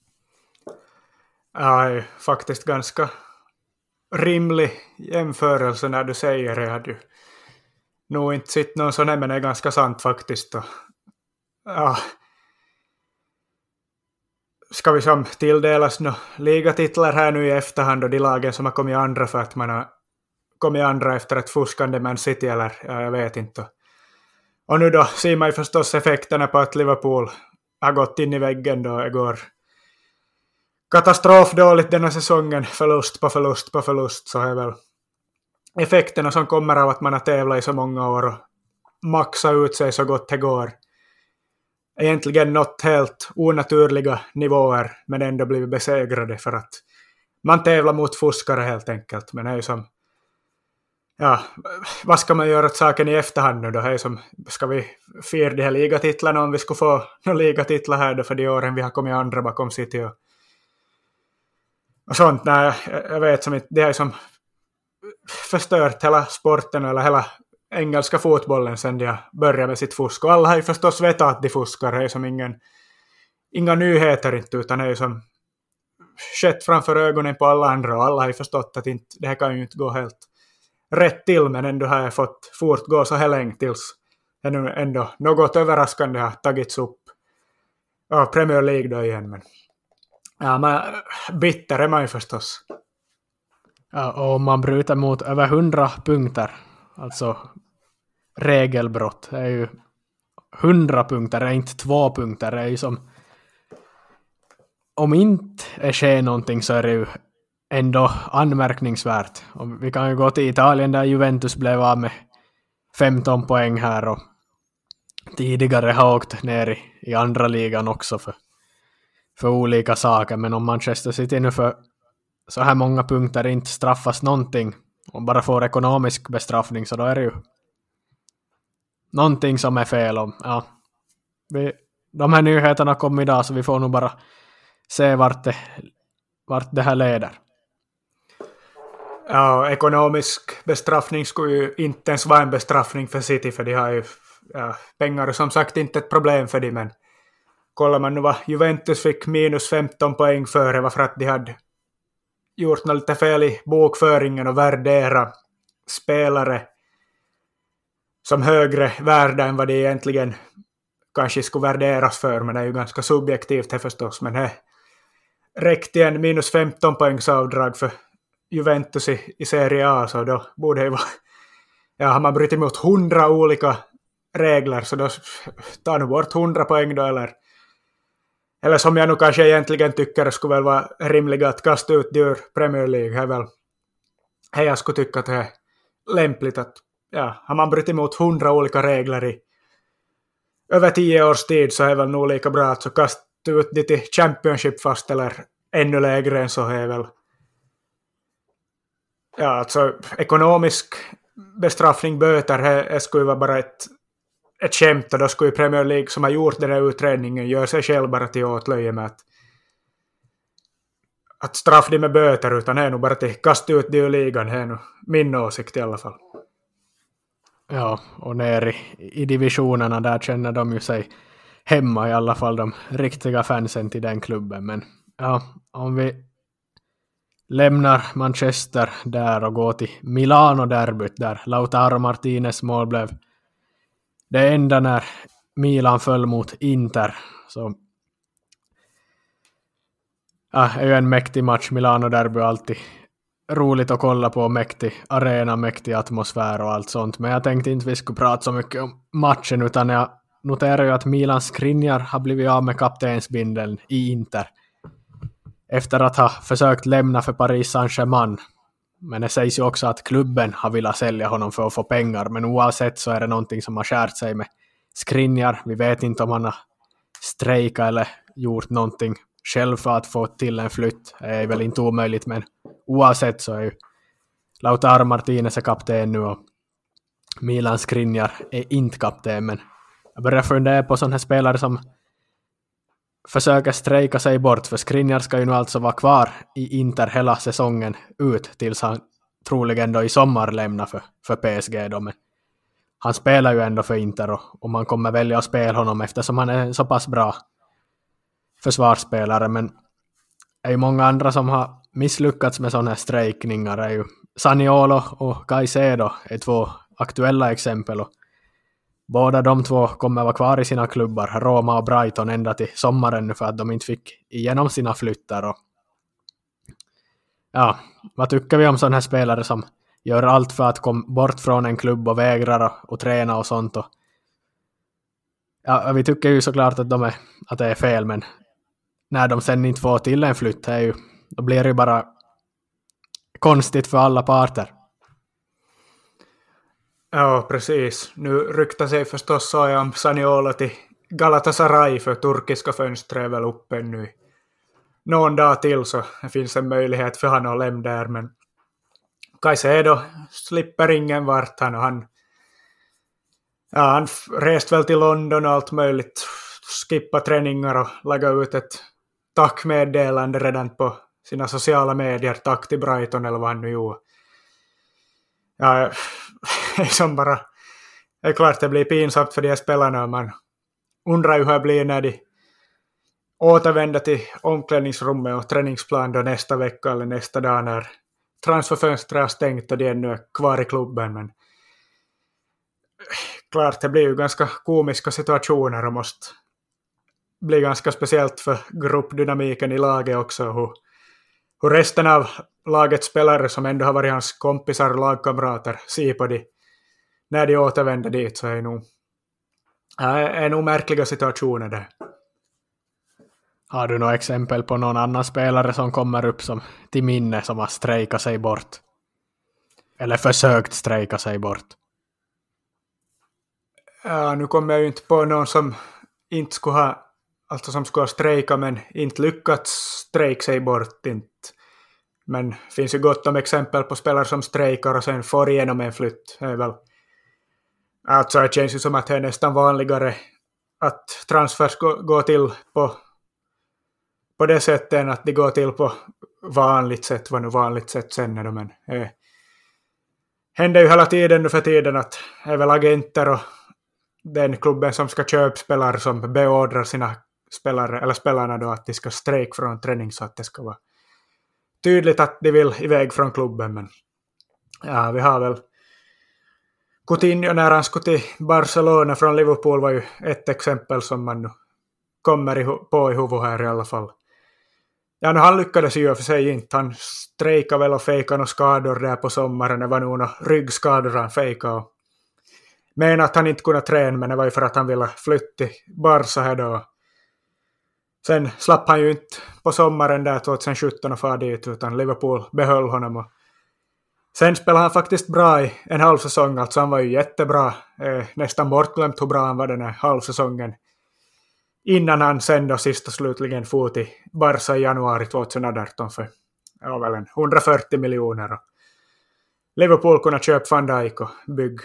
Ja, faktiskt ganska rimlig jämförelse när du säger det. Jag hade ju nog inte sett någon sån här, men det är ganska sant faktiskt. Och, ja. Ska vi som tilldelas ligatitlar här nu i efterhand, och de lagen som har kommit andra för att man har kommit andra efter ett fuskande Man City, eller ja, jag vet inte. Och nu då ser man ju förstås effekterna på att Liverpool har gått in i väggen då. Det går katastrofdåligt denna säsongen, förlust på förlust, så är väl effekterna som kommer av att man har tävlat i så många år och maxat ut sig så gott det går. Egentligen något helt onaturliga nivåer, men ändå blivit besegrade för att man tävlar mot fuskare helt enkelt. Men det är ju som, ja, vad ska man göra åt saken i efterhand nu då? Det är som, ska vi fira de här ligatitlarna om vi skulle få några ligatitlar här då för de åren vi har kommit andra bakom City och sånt? Nej, jag vet som inte, det är som förstört hela sporten eller hela engelska fotbollen sen de började med sitt fusk. Och alla har ju förstås vetat att de fuskar. Det är som inga nyheter inte, utan det är som skett framför ögonen på alla andra, och alla har ju förstått att inte, det här kan ju inte gå helt rätt till, men ändå har jag fått fortgå så här länge tills ändå något överraskande har tagits upp av Premier League då igen. Men ja, man, bitter är man ju förstås. Ja, och man bryter mot över 100 punkter, alltså regelbrott. Det är ju 100 punkter, det är inte 2 punkter. Det är ju som, om inte det sker någonting så är det ju ändå anmärkningsvärt. Och vi kan ju gå till Italien där Juventus blev av med 15 poäng här, och tidigare har åkt ner i andra ligan också för olika saker. Men om Manchester City nu för så här många punkter inte straffas någonting och bara får ekonomisk bestraffning, så då är det ju någonting som är fel. Ja, de här nyheterna kom idag, så vi får nog bara se vart det här leder. Ja, ekonomisk bestraffning skulle ju inte ens vara en bestraffning för City, för de har ju pengar och som sagt inte ett problem för dem, men kollar man nu vad Juventus fick minus 15 poäng före var för att de hade gjort något lite fel i bokföringen och värdera spelare som högre värde än vad det egentligen kanske skulle värderas för, men det är ju ganska subjektivt det förstås, men det räckte en minus 15 poängs avdrag för Juventus i Serie A, så då borde det vara, har man brutit mot 100 olika regler, så då tar nu bort 100 poäng då, eller som jag nu kanske egentligen tycker skulle väl vara rimligt att kasta ut det ur Premier League. Jag skulle tycka att det är lämpligt att har man brutit mot 100 olika regler i över 10 års tid, så är väl nog lika bra att så kasta ut det till Championship fast, eller ännu lägre än så är väl. Ja, alltså ekonomisk bestraffning, böter, det skulle vara bara ett skämt, och då skulle Premier League som har gjort den här utredningen gör sig själv bara till åtlöje med att straffa det med böter, utan det är nog bara till kasta ut det ur ligan, det är nog min åsikt i alla fall. Ja, och ner i divisionerna där känner de ju sig hemma, i alla fall de riktiga fansen till den klubben. Men ja, om vi lämnar Manchester där och går till Milano-derbyt, där Lautaro Martinez mål blev det enda när Milan föll mot Inter. Så är ju en mäktig match. Milano-derby, alltid roligt att kolla på, mäktig arena, mäktig atmosfär och allt sånt. Men jag tänkte inte vi skulle prata så mycket om matchen, utan jag noterar ju att Milans Skriniar har blivit av med kaptensbindeln i Inter efter att ha försökt lämna för Paris Saint-Germain. Men det sägs ju också att klubben har velat sälja honom för att få pengar. Men oavsett så är det någonting som har skärt sig med Skriniar. Vi vet inte om han har strejkat eller gjort någonting själv för att få till en flytt. Det är väl inte omöjligt, men oavsett så är ju Lautaro Martinez är kapten nu och Milan Skriniar är inte kapten. Men jag börjar fundera på sådana här spelare som försöker strejka sig bort, för Skriniar ska ju nu alltså vara kvar i Inter hela säsongen ut tills han troligen då i sommar lämnar för PSG då. Men han spelar ju ändå för Inter och man kommer välja att spela honom eftersom han är en så pass bra försvarsspelare. Men det är ju många andra som har misslyckats med sådana här strejkningar. Det är ju Zaniolo och Caicedo är två aktuella exempel, och båda de två kommer vara kvar i sina klubbar, Roma och Brighton, ända till sommaren nu för att de inte fick igenom sina flyttar. Och ja, vad tycker vi om sådana här spelare som gör allt för att komma bort från en klubb och vägrar och träna och sånt? Och ja, vi tycker ju såklart att att det är fel, men när de sen inte får till en flytt, då blir det ju bara konstigt för alla parter. Ja, precis. Nu ryktar sig förstås om Zaniolo till Galatasaray, för turkiska fönstret är väl uppe nu någon dag till, så det finns en möjlighet för han att lämna där. Men Caicedo slipper ingen vart han rest väl till London och allt möjligt, skippa träningar och lägga ut ett tackmeddelande redan på sina sociala medier, tack till Brighton eller vad han nu gjorde. Ja, som bara, det är klart det blir pinsamt för de här spelarna. Man undrar ju hur det blir när de återvänder till omklädningsrummet och träningsplan då nästa vecka eller nästa dag när transferfönstret är stängt och de ännu är kvar i klubben. Men klart det blir ju ganska komiska situationer och måste bli ganska speciellt för gruppdynamiken i laget också. Hur resten av lagets spelare som ändå har varit hans kompisar och lagkamrater ser på det när de återvänder dit, så är nog märkliga situationer där. Har du några exempel på någon annan spelare som kommer upp som till minne som har strejkat sig bort? Eller försökt strejka sig bort? Ja, nu kommer jag ju inte på någon som inte skulle ha, alltså som skulle ha strejkat men inte lyckats strejka sig bort. Inte. Men det finns ju gott om exempel på spelare som strejkar och sen får igenom en flytt. Alltså det känns ju som att det är nästan vanligare att transfers går till på det sättet att de går till på vanligt sätt, vad nu vanligt sätt sen är det, men händer ju hela tiden nu för tiden att är väl agenter och den klubben som ska köpa spelare som beordrar sina spelare eller spelarna då att de ska strejka från träning så att det ska vara tydligt att de vill iväg från klubben. Men ja, vi har väl Coutinho när han skulle till Barcelona från Liverpool var ju ett exempel som man nu kommer på i huvudet här i alla fall. Ja, nu han lyckades ju för sig inte. Han strejkade väl och fejkade några skador där på sommaren. Det var nog några ryggskador han fejkade. Men att han inte kunde träna, men det var ju för att han ville flytta till Barca här då. Sen slapp han ju inte på sommaren där 2017 och far dit, utan Liverpool behöll honom. Och sen spelade han faktiskt bra i en halv säsong, alltså han var ju jättebra. Nästan bortglömt hur bra han var den här halvsäsongen. Innan han sen då sist och slutligen for till Barca i januari 2018 för väl 140 miljoner. Och Liverpool kunde köpa Van Dijk och bygga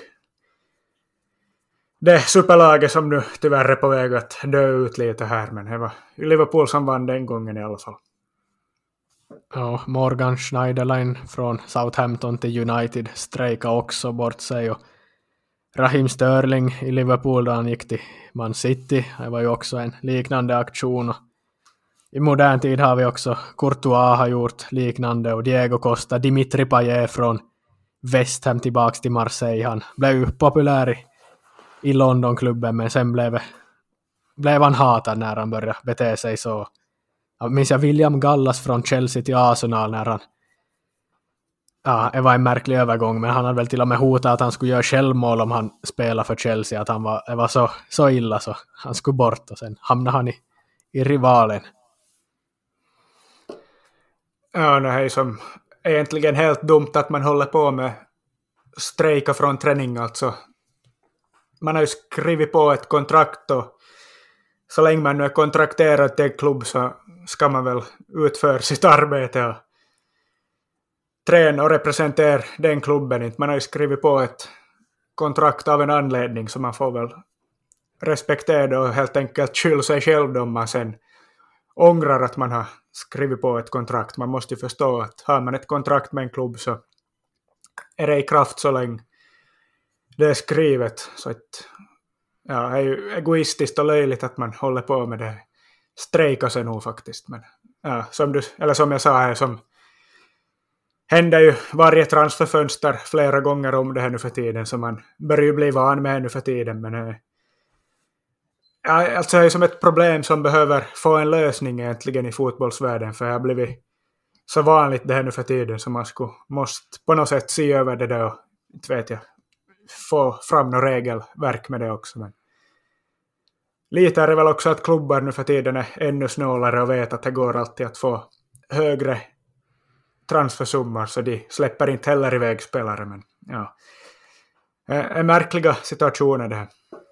det superlaget som nu tyvärr är på väg att dö ut lite här, men det var Liverpool som vann den gången i alla fall. Ja, Morgan Schneiderlin från Southampton till United strejkade också bort sig, och Raheem Sterling i Liverpool då han gick till Man City, det var ju också en liknande aktion. Och i modern tid har vi också Courtois har gjort liknande, och Diego Costa, Dimitri Payet från West Ham tillbaks till Marseille. Han blev ju populär i Londonklubben, men sen blev han hatad när han började bete sig så. Jag minns William Gallas från Chelsea till Arsenal när han det var en märklig övergång, men han hade väl till och med hotat att han skulle göra självmål om han spelade för Chelsea, att det var så illa så han skulle bort, och sen hamnade han i rivalen. Ja, det är som egentligen helt dumt att man håller på med strejka från träning, alltså. Man har ju skrivit på ett kontrakt, och så länge man nu är kontrakterad till en klubb så ska man väl utföra sitt arbete och träna och representera den klubben. Inte. Man har ju skrivit på ett kontrakt av en anledning, så man får väl respektera det och helt enkelt skylla sig själv om man sen ångrar att man har skrivit på ett kontrakt. Man måste ju förstå att har man ett kontrakt med en klubb så är det i kraft så länge det är skrivet. Så det är ju egoistiskt och löjligt att man håller på med det. Strejka sig nog faktiskt. Men som jag sa här, som händer ju varje transferfönster flera gånger om det här nu för tiden, så man börjar ju bli van med nu för tiden. Men alltså det är som ett problem som behöver få en lösning egentligen i fotbollsvärlden, för det har blivit så vanligt det här nu för tiden, så man måste på något sätt se över det där och inte vet jag, få fram något regelverk med det också. Men lite är det väl också att klubbar nu för tiden är ännu snålare och vet att det går alltid att få högre transfersummor, så de släpper inte heller iväg spelare. Men ja, är märkliga situationer det här.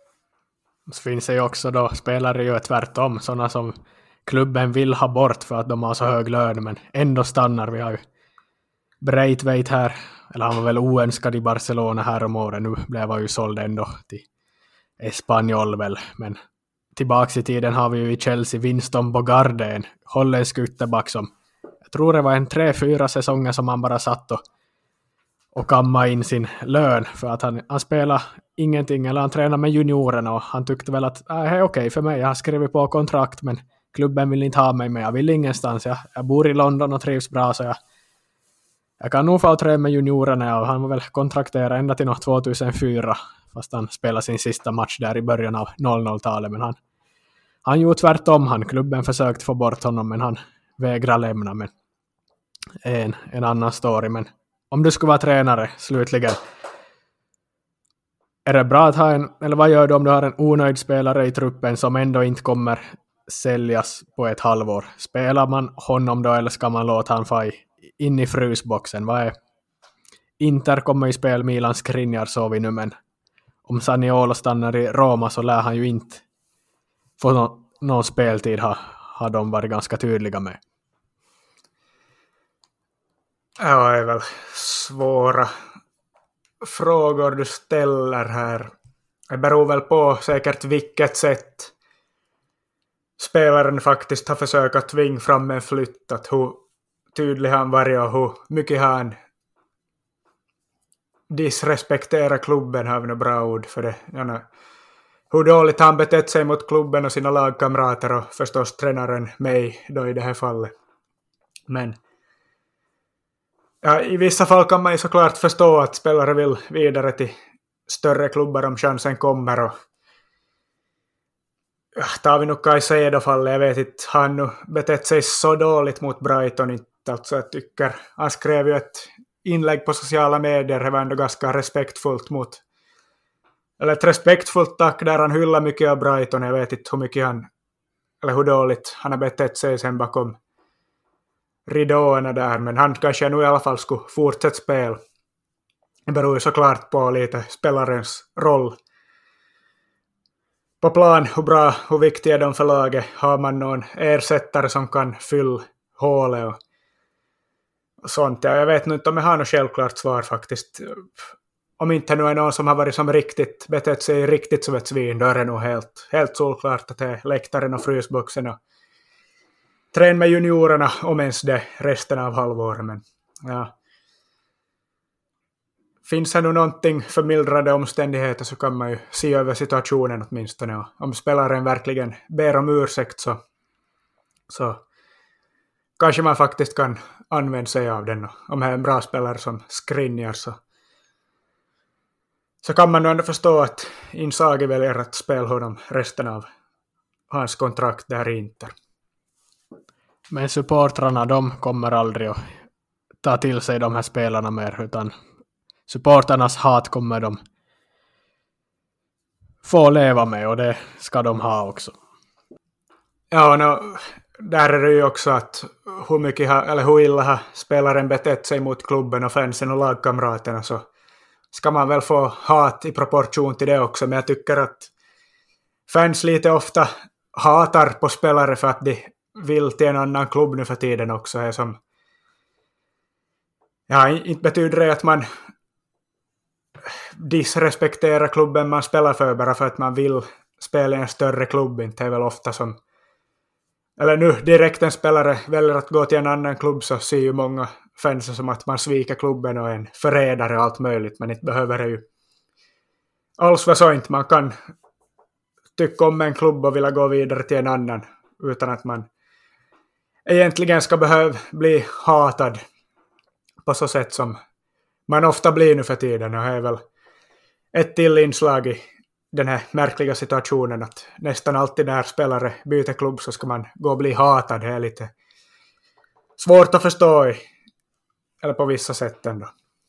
Så finns det ju också då spelare ju tvärtom, sådana som klubben vill ha bort för att de har så hög lön, men ändå stannar. Vi har ju Braithwaite här, eller han var väl oönskad i Barcelona här om året, nu blev han ju såld ändå till Espanyol väl, men tillbaka i tiden har vi ju i Chelsea Winston Bogarde, en holländsk ytterback som jag tror det var en 3-4 säsonger som han bara satt och kammade in sin lön för att han spelade ingenting, eller han tränade med juniorerna, och han tyckte väl att det är okej för mig, jag har skrivit på kontrakt men klubben vill inte ha mig, men jag vill ingenstans, jag bor i London och trivs bra, så jag kan nog få träna med juniorerna, och han var väl kontrakterad ända till 2004, fast han spelade sin sista match där i början av 00-talet, men han gjorde tvärtom, klubben försökte få bort honom, men han vägrar lämna. Men en annan story. Men om du skulle vara tränare slutligen, är det bra att ha eller vad gör du om du har en onöjd spelare i truppen som ändå inte kommer säljas på ett halvår? Spelar man honom då, eller ska man låta han få in i frysboxen? Inter kommer i spel, Milan Skriniar så vi nu, men om Zaniolo stannar i Roma så lär han ju inte få någon speltid, har de varit ganska tydliga med. Ja, det är väl svåra frågor du ställer här. Det beror väl på säkert vilket sätt spelaren faktiskt har försökt tvinga fram en flytt. Att hur tydlig han varit och hur mycket han disrespekterar klubben, har vi några bra ord för det. Hur dåligt han betett sig mot klubben och sina lagkamrater och förstås tränaren mig då i det här fallet. Men ja, i vissa fall kan man ju såklart förstå att spelare vill vidare till större klubbar om chansen kommer. Och ja, tar vi nog Caicedo-fallet, jag vet inte, han nu betett sig så dåligt mot Brighton. Inte, alltså jag tycker, han skrev ju ett inlägg på sociala medier, det var ändå ganska respektfullt mot, eller ett respektfullt tack där han hyllar mycket av Brighton. Jag vet inte hur mycket han, eller hur dåligt han har betett sig sen bakom ridåerna där, men han kanske nu i alla fall skulle fortsätta spela. Det beror ju såklart på lite spelarens roll på plan, hur bra, hur viktiga de för laget. Har man någon ersättare som kan fylla hålet och sånt. Ja, jag vet inte om jag har något självklart svar faktiskt. Om inte nu är någon som har varit som riktigt betett sig riktigt som ett svin, då är det nog helt solklart att det är läktaren och frysboxen och trän med juniorerna om ens det resten av halvåret. Men ja, finns det nu någonting förmildrande omständigheter så kan man ju se över situationen åtminstone. Och om spelaren verkligen ber om ursäkt så kanske man faktiskt kan använda sig av den. Om det är en bra spelare som Skriniar så kan man nog ändå förstå att Inzaghi väljer att spela honom resten av hans kontrakt där i Inter. Men supportrarna, de kommer aldrig att ta till sig de här spelarna mer, utan supportarnas hat kommer de få leva med, och det ska de ha också. Ja, där är det ju också att hur illa har spelaren betett sig mot klubben och fansen och lagkamraterna, så ska man väl få hat i proportion till det också. Men jag tycker att fans lite ofta hatar på spelare för att de vill till en annan klubb nu för tiden också. Är som, ja, inte betyder det att man disrespekterar klubben man spelar för bara för att man vill spela i en större klubb. Inte är väl ofta som, eller nu direkt en spelare väljer att gå till en annan klubb, så ser ju många fans som att man sviker klubben och är en förrädare och allt möjligt. Men inte behöver det ju alls vara så. Inte man kan tycka om en klubb och vilja gå vidare till en annan utan att man egentligen ska behöva bli hatad på så sätt som man ofta blir nu för tiden. Och det är väl ett till inslag i den här märkliga situationen att nästan alltid när spelare byter klubb så ska man gå och bli hatad. Det är lite svårt att förstå eller på vissa sätt ändå.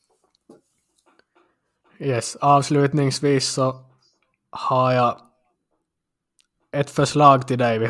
Yes, avslutningsvis så har jag ett förslag till dig.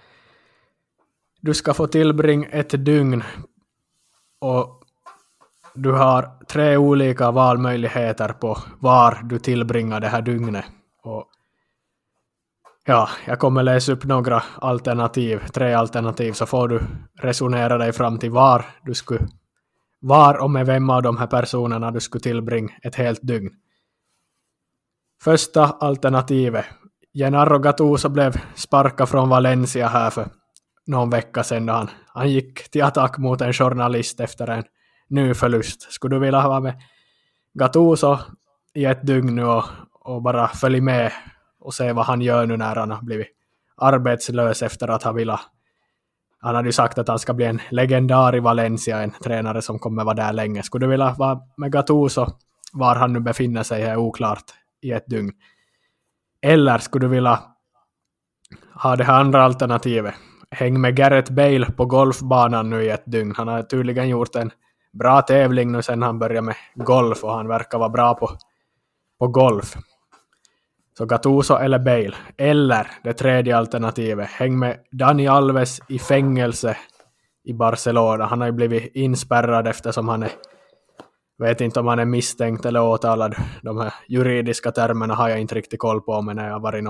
Du ska få tillbringa ett dygn och du har 3 olika valmöjligheter på var du tillbringar det här dygnet. Och ja, jag kommer läsa upp några alternativ, 3 alternativ, så får du resonera dig fram till var och med vem av de här personerna du skulle tillbringa ett helt dygn. Första alternativet. Gennaro Gattuso blev sparkad från Valencia här för någon vecka sedan då han gick till attack mot en journalist efter en ny förlust. Skulle du vilja ha med Gattuso i ett dygn nu och bara följa med och se vad han gör nu när han har blivit arbetslös efter att han hade ju sagt att han ska bli en legendar i Valencia, en tränare som kommer vara där länge. Skulle du vilja vara med Gattuso var han nu befinner sig är oklart i ett dygn? Eller skulle du vilja ha det här andra alternativet? Häng med Gareth Bale på golfbanan nu i ett dygn. Han har tydligen gjort en bra tävling nu sen han började med golf och han verkar vara bra på golf. Så Gattuso eller Bale. Eller det tredje alternativet. Häng med Dani Alves i fängelse i Barcelona. Han har ju blivit inspärrad eftersom han vet inte om han är misstänkt eller åtalad. De här juridiska termerna har jag inte riktigt koll på, men jag har varit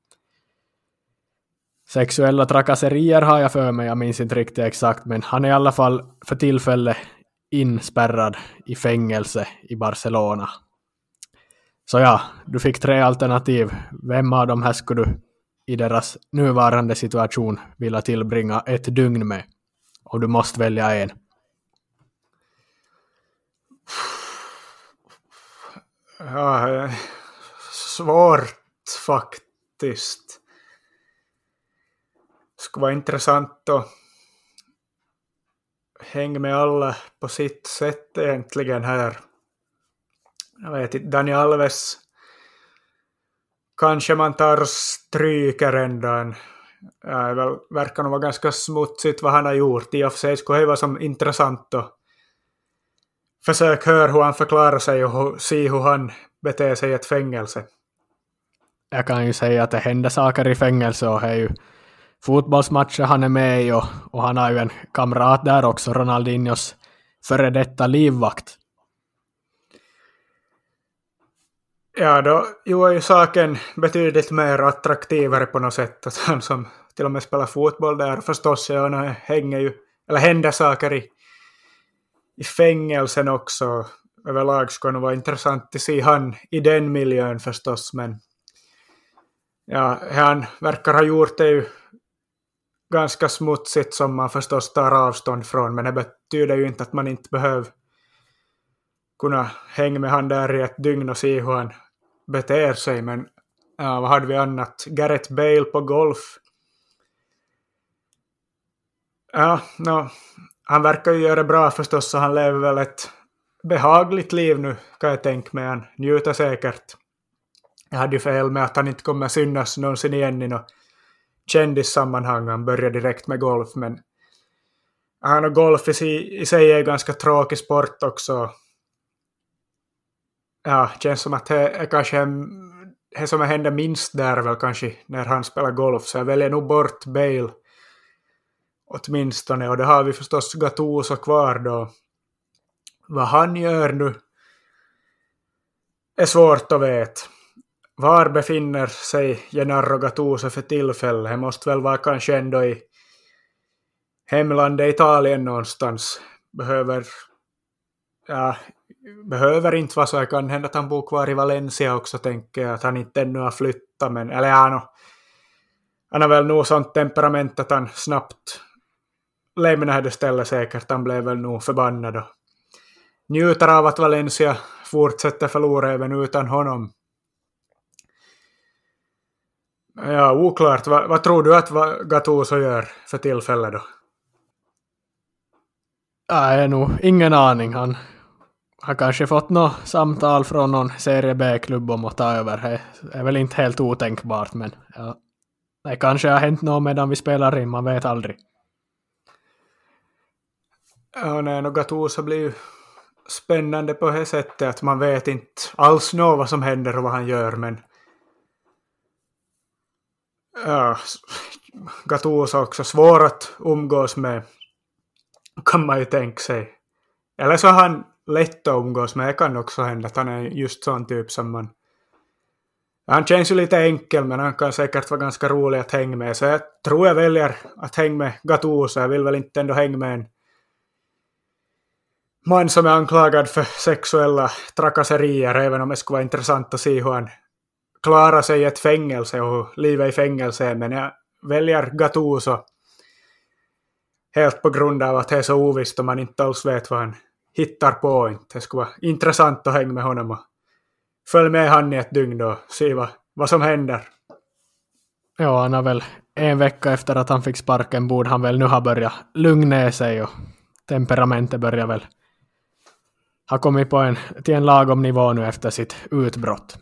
sexuella trakasserier har jag för mig, jag minns inte riktigt exakt, men han är i alla fall för tillfället inspärrad i fängelse i Barcelona. Så ja, du fick 3 alternativ. Vem av de här skulle du i deras nuvarande situation vilja tillbringa ett dygn med? Och du måste välja en. Ja, svårt faktiskt. Skulle vara intressant att hänga med alla på sitt sätt egentligen här. Jag vet inte, Dani Alves kanske man tar stryker ändan. Ja, verkar nog vara ganska smutsigt vad han har gjort. I och för sig skulle det vara som intressant att försöka höra hur han förklarar sig och se hur han beter sig i ett fängelse. Jag kan ju säga att det händer saker i fängelse och det är ju fotbollsmatcher han är med i och han har ju en kamrat där också, Ronaldinhos före detta livvakt. Ja, då är ju saken betydligt mer attraktivare på något sätt. Att han som till och med spelar fotboll där förstås, ja, händer saker i fängelsen också. Överlag skulle det vara intressant att se han i den miljön förstås, men ja, han verkar ha gjort det ju ganska smutsigt som man förstås tar avstånd från, men det betyder ju inte att man inte behöver kunna hänga med han där i ett dygn och se hur han beter sig. Men ja, vad hade vi annat? Gareth Bale på golf. Ja, han verkar ju göra det bra förstås, så han lever väl ett behagligt liv nu, kan jag tänka mig. Han njuter säkert. Jag hade ju fel med att han inte kommer synas någonsin igen i något kändissammanhang. Han började direkt med golf, men han och golf i sig är ganska tråkig sport också. Ja, känns som att det kanske det som händer minst där väl kanske när han spelar golf, så jag väljer nog bort Bale åtminstone, och det har vi förstås Gattuso kvar då. Vad han gör nu är svårt att veta. Var befinner sig Gennaro Gattuso för tillfället? Det måste väl vara kanske ändå i hemlandet Italien någonstans. Behöver inte vara så. Det kan hända att han bor kvar i Valencia också, tänker jag, att han inte ännu har flyttat. Men, eller han har väl nog sånt temperament att han snabbt lämnar det stället säkert. Han blev väl nog förbannad och njuter av att Valencia fortsätter förlora även utan honom. Ja, oklart. Vad tror du att Gattuso gör för tillfället då? Jag är nog ingen aning. Han har kanske fått något samtal från någon Serie B-klubb om att ta över. Det är väl inte helt otänkbart, men ja, det kanske har hänt något medan vi spelar in. Man vet aldrig. Ja, nej, Gattuso blir ju spännande på det sättet att man vet inte alls nå vad som händer och vad han gör, men ja, Gattuso också svår att umgås med, kan man ju tänka sig. Eller så har han lätt att umgås med. Det kan också hända att han är just sån typ som man... Han känns ju lite enkel, men han kan säkert vara ganska rolig att hänga med. Så jag tror jag väljer att hänga med Gattuso. Jag vill väl inte ändå hänga med en man som är anklagad för sexuella trakasserier, även om det skulle vara intressant att se hur han klarar sig i ett fängelse och livet i fängelse. Men jag väljer Gattuso helt på grund av att det är så ovisst och man inte alls vet vad han hittar på. Inte. Det skulle vara intressant att hänga med honom och följa med han i ett dygn och se vad som händer. Ja, han har väl en vecka efter att han fick sparken borde han väl nu ha börjat lugna sig och temperamentet börjar väl ha kommit till en lagom nivå nu efter sitt utbrott.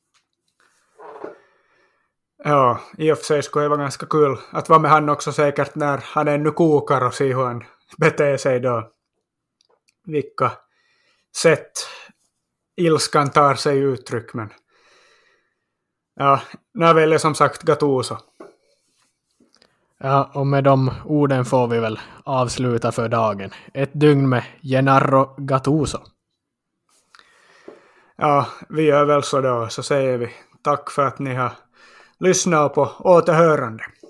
Ja, i och för sig skulle det vara ganska kul att vara med han också säkert när han ännu kokar och se hur han beter sig då. Vilka sätt ilskan tar sig uttryck, men ja, när väljer som sagt Gattuso. Ja, och med de orden får vi väl avsluta för dagen. Ett dygn med Gennaro Gattuso. Ja, vi gör väl så då, så säger vi tack för att ni har lyssnat på återhörande.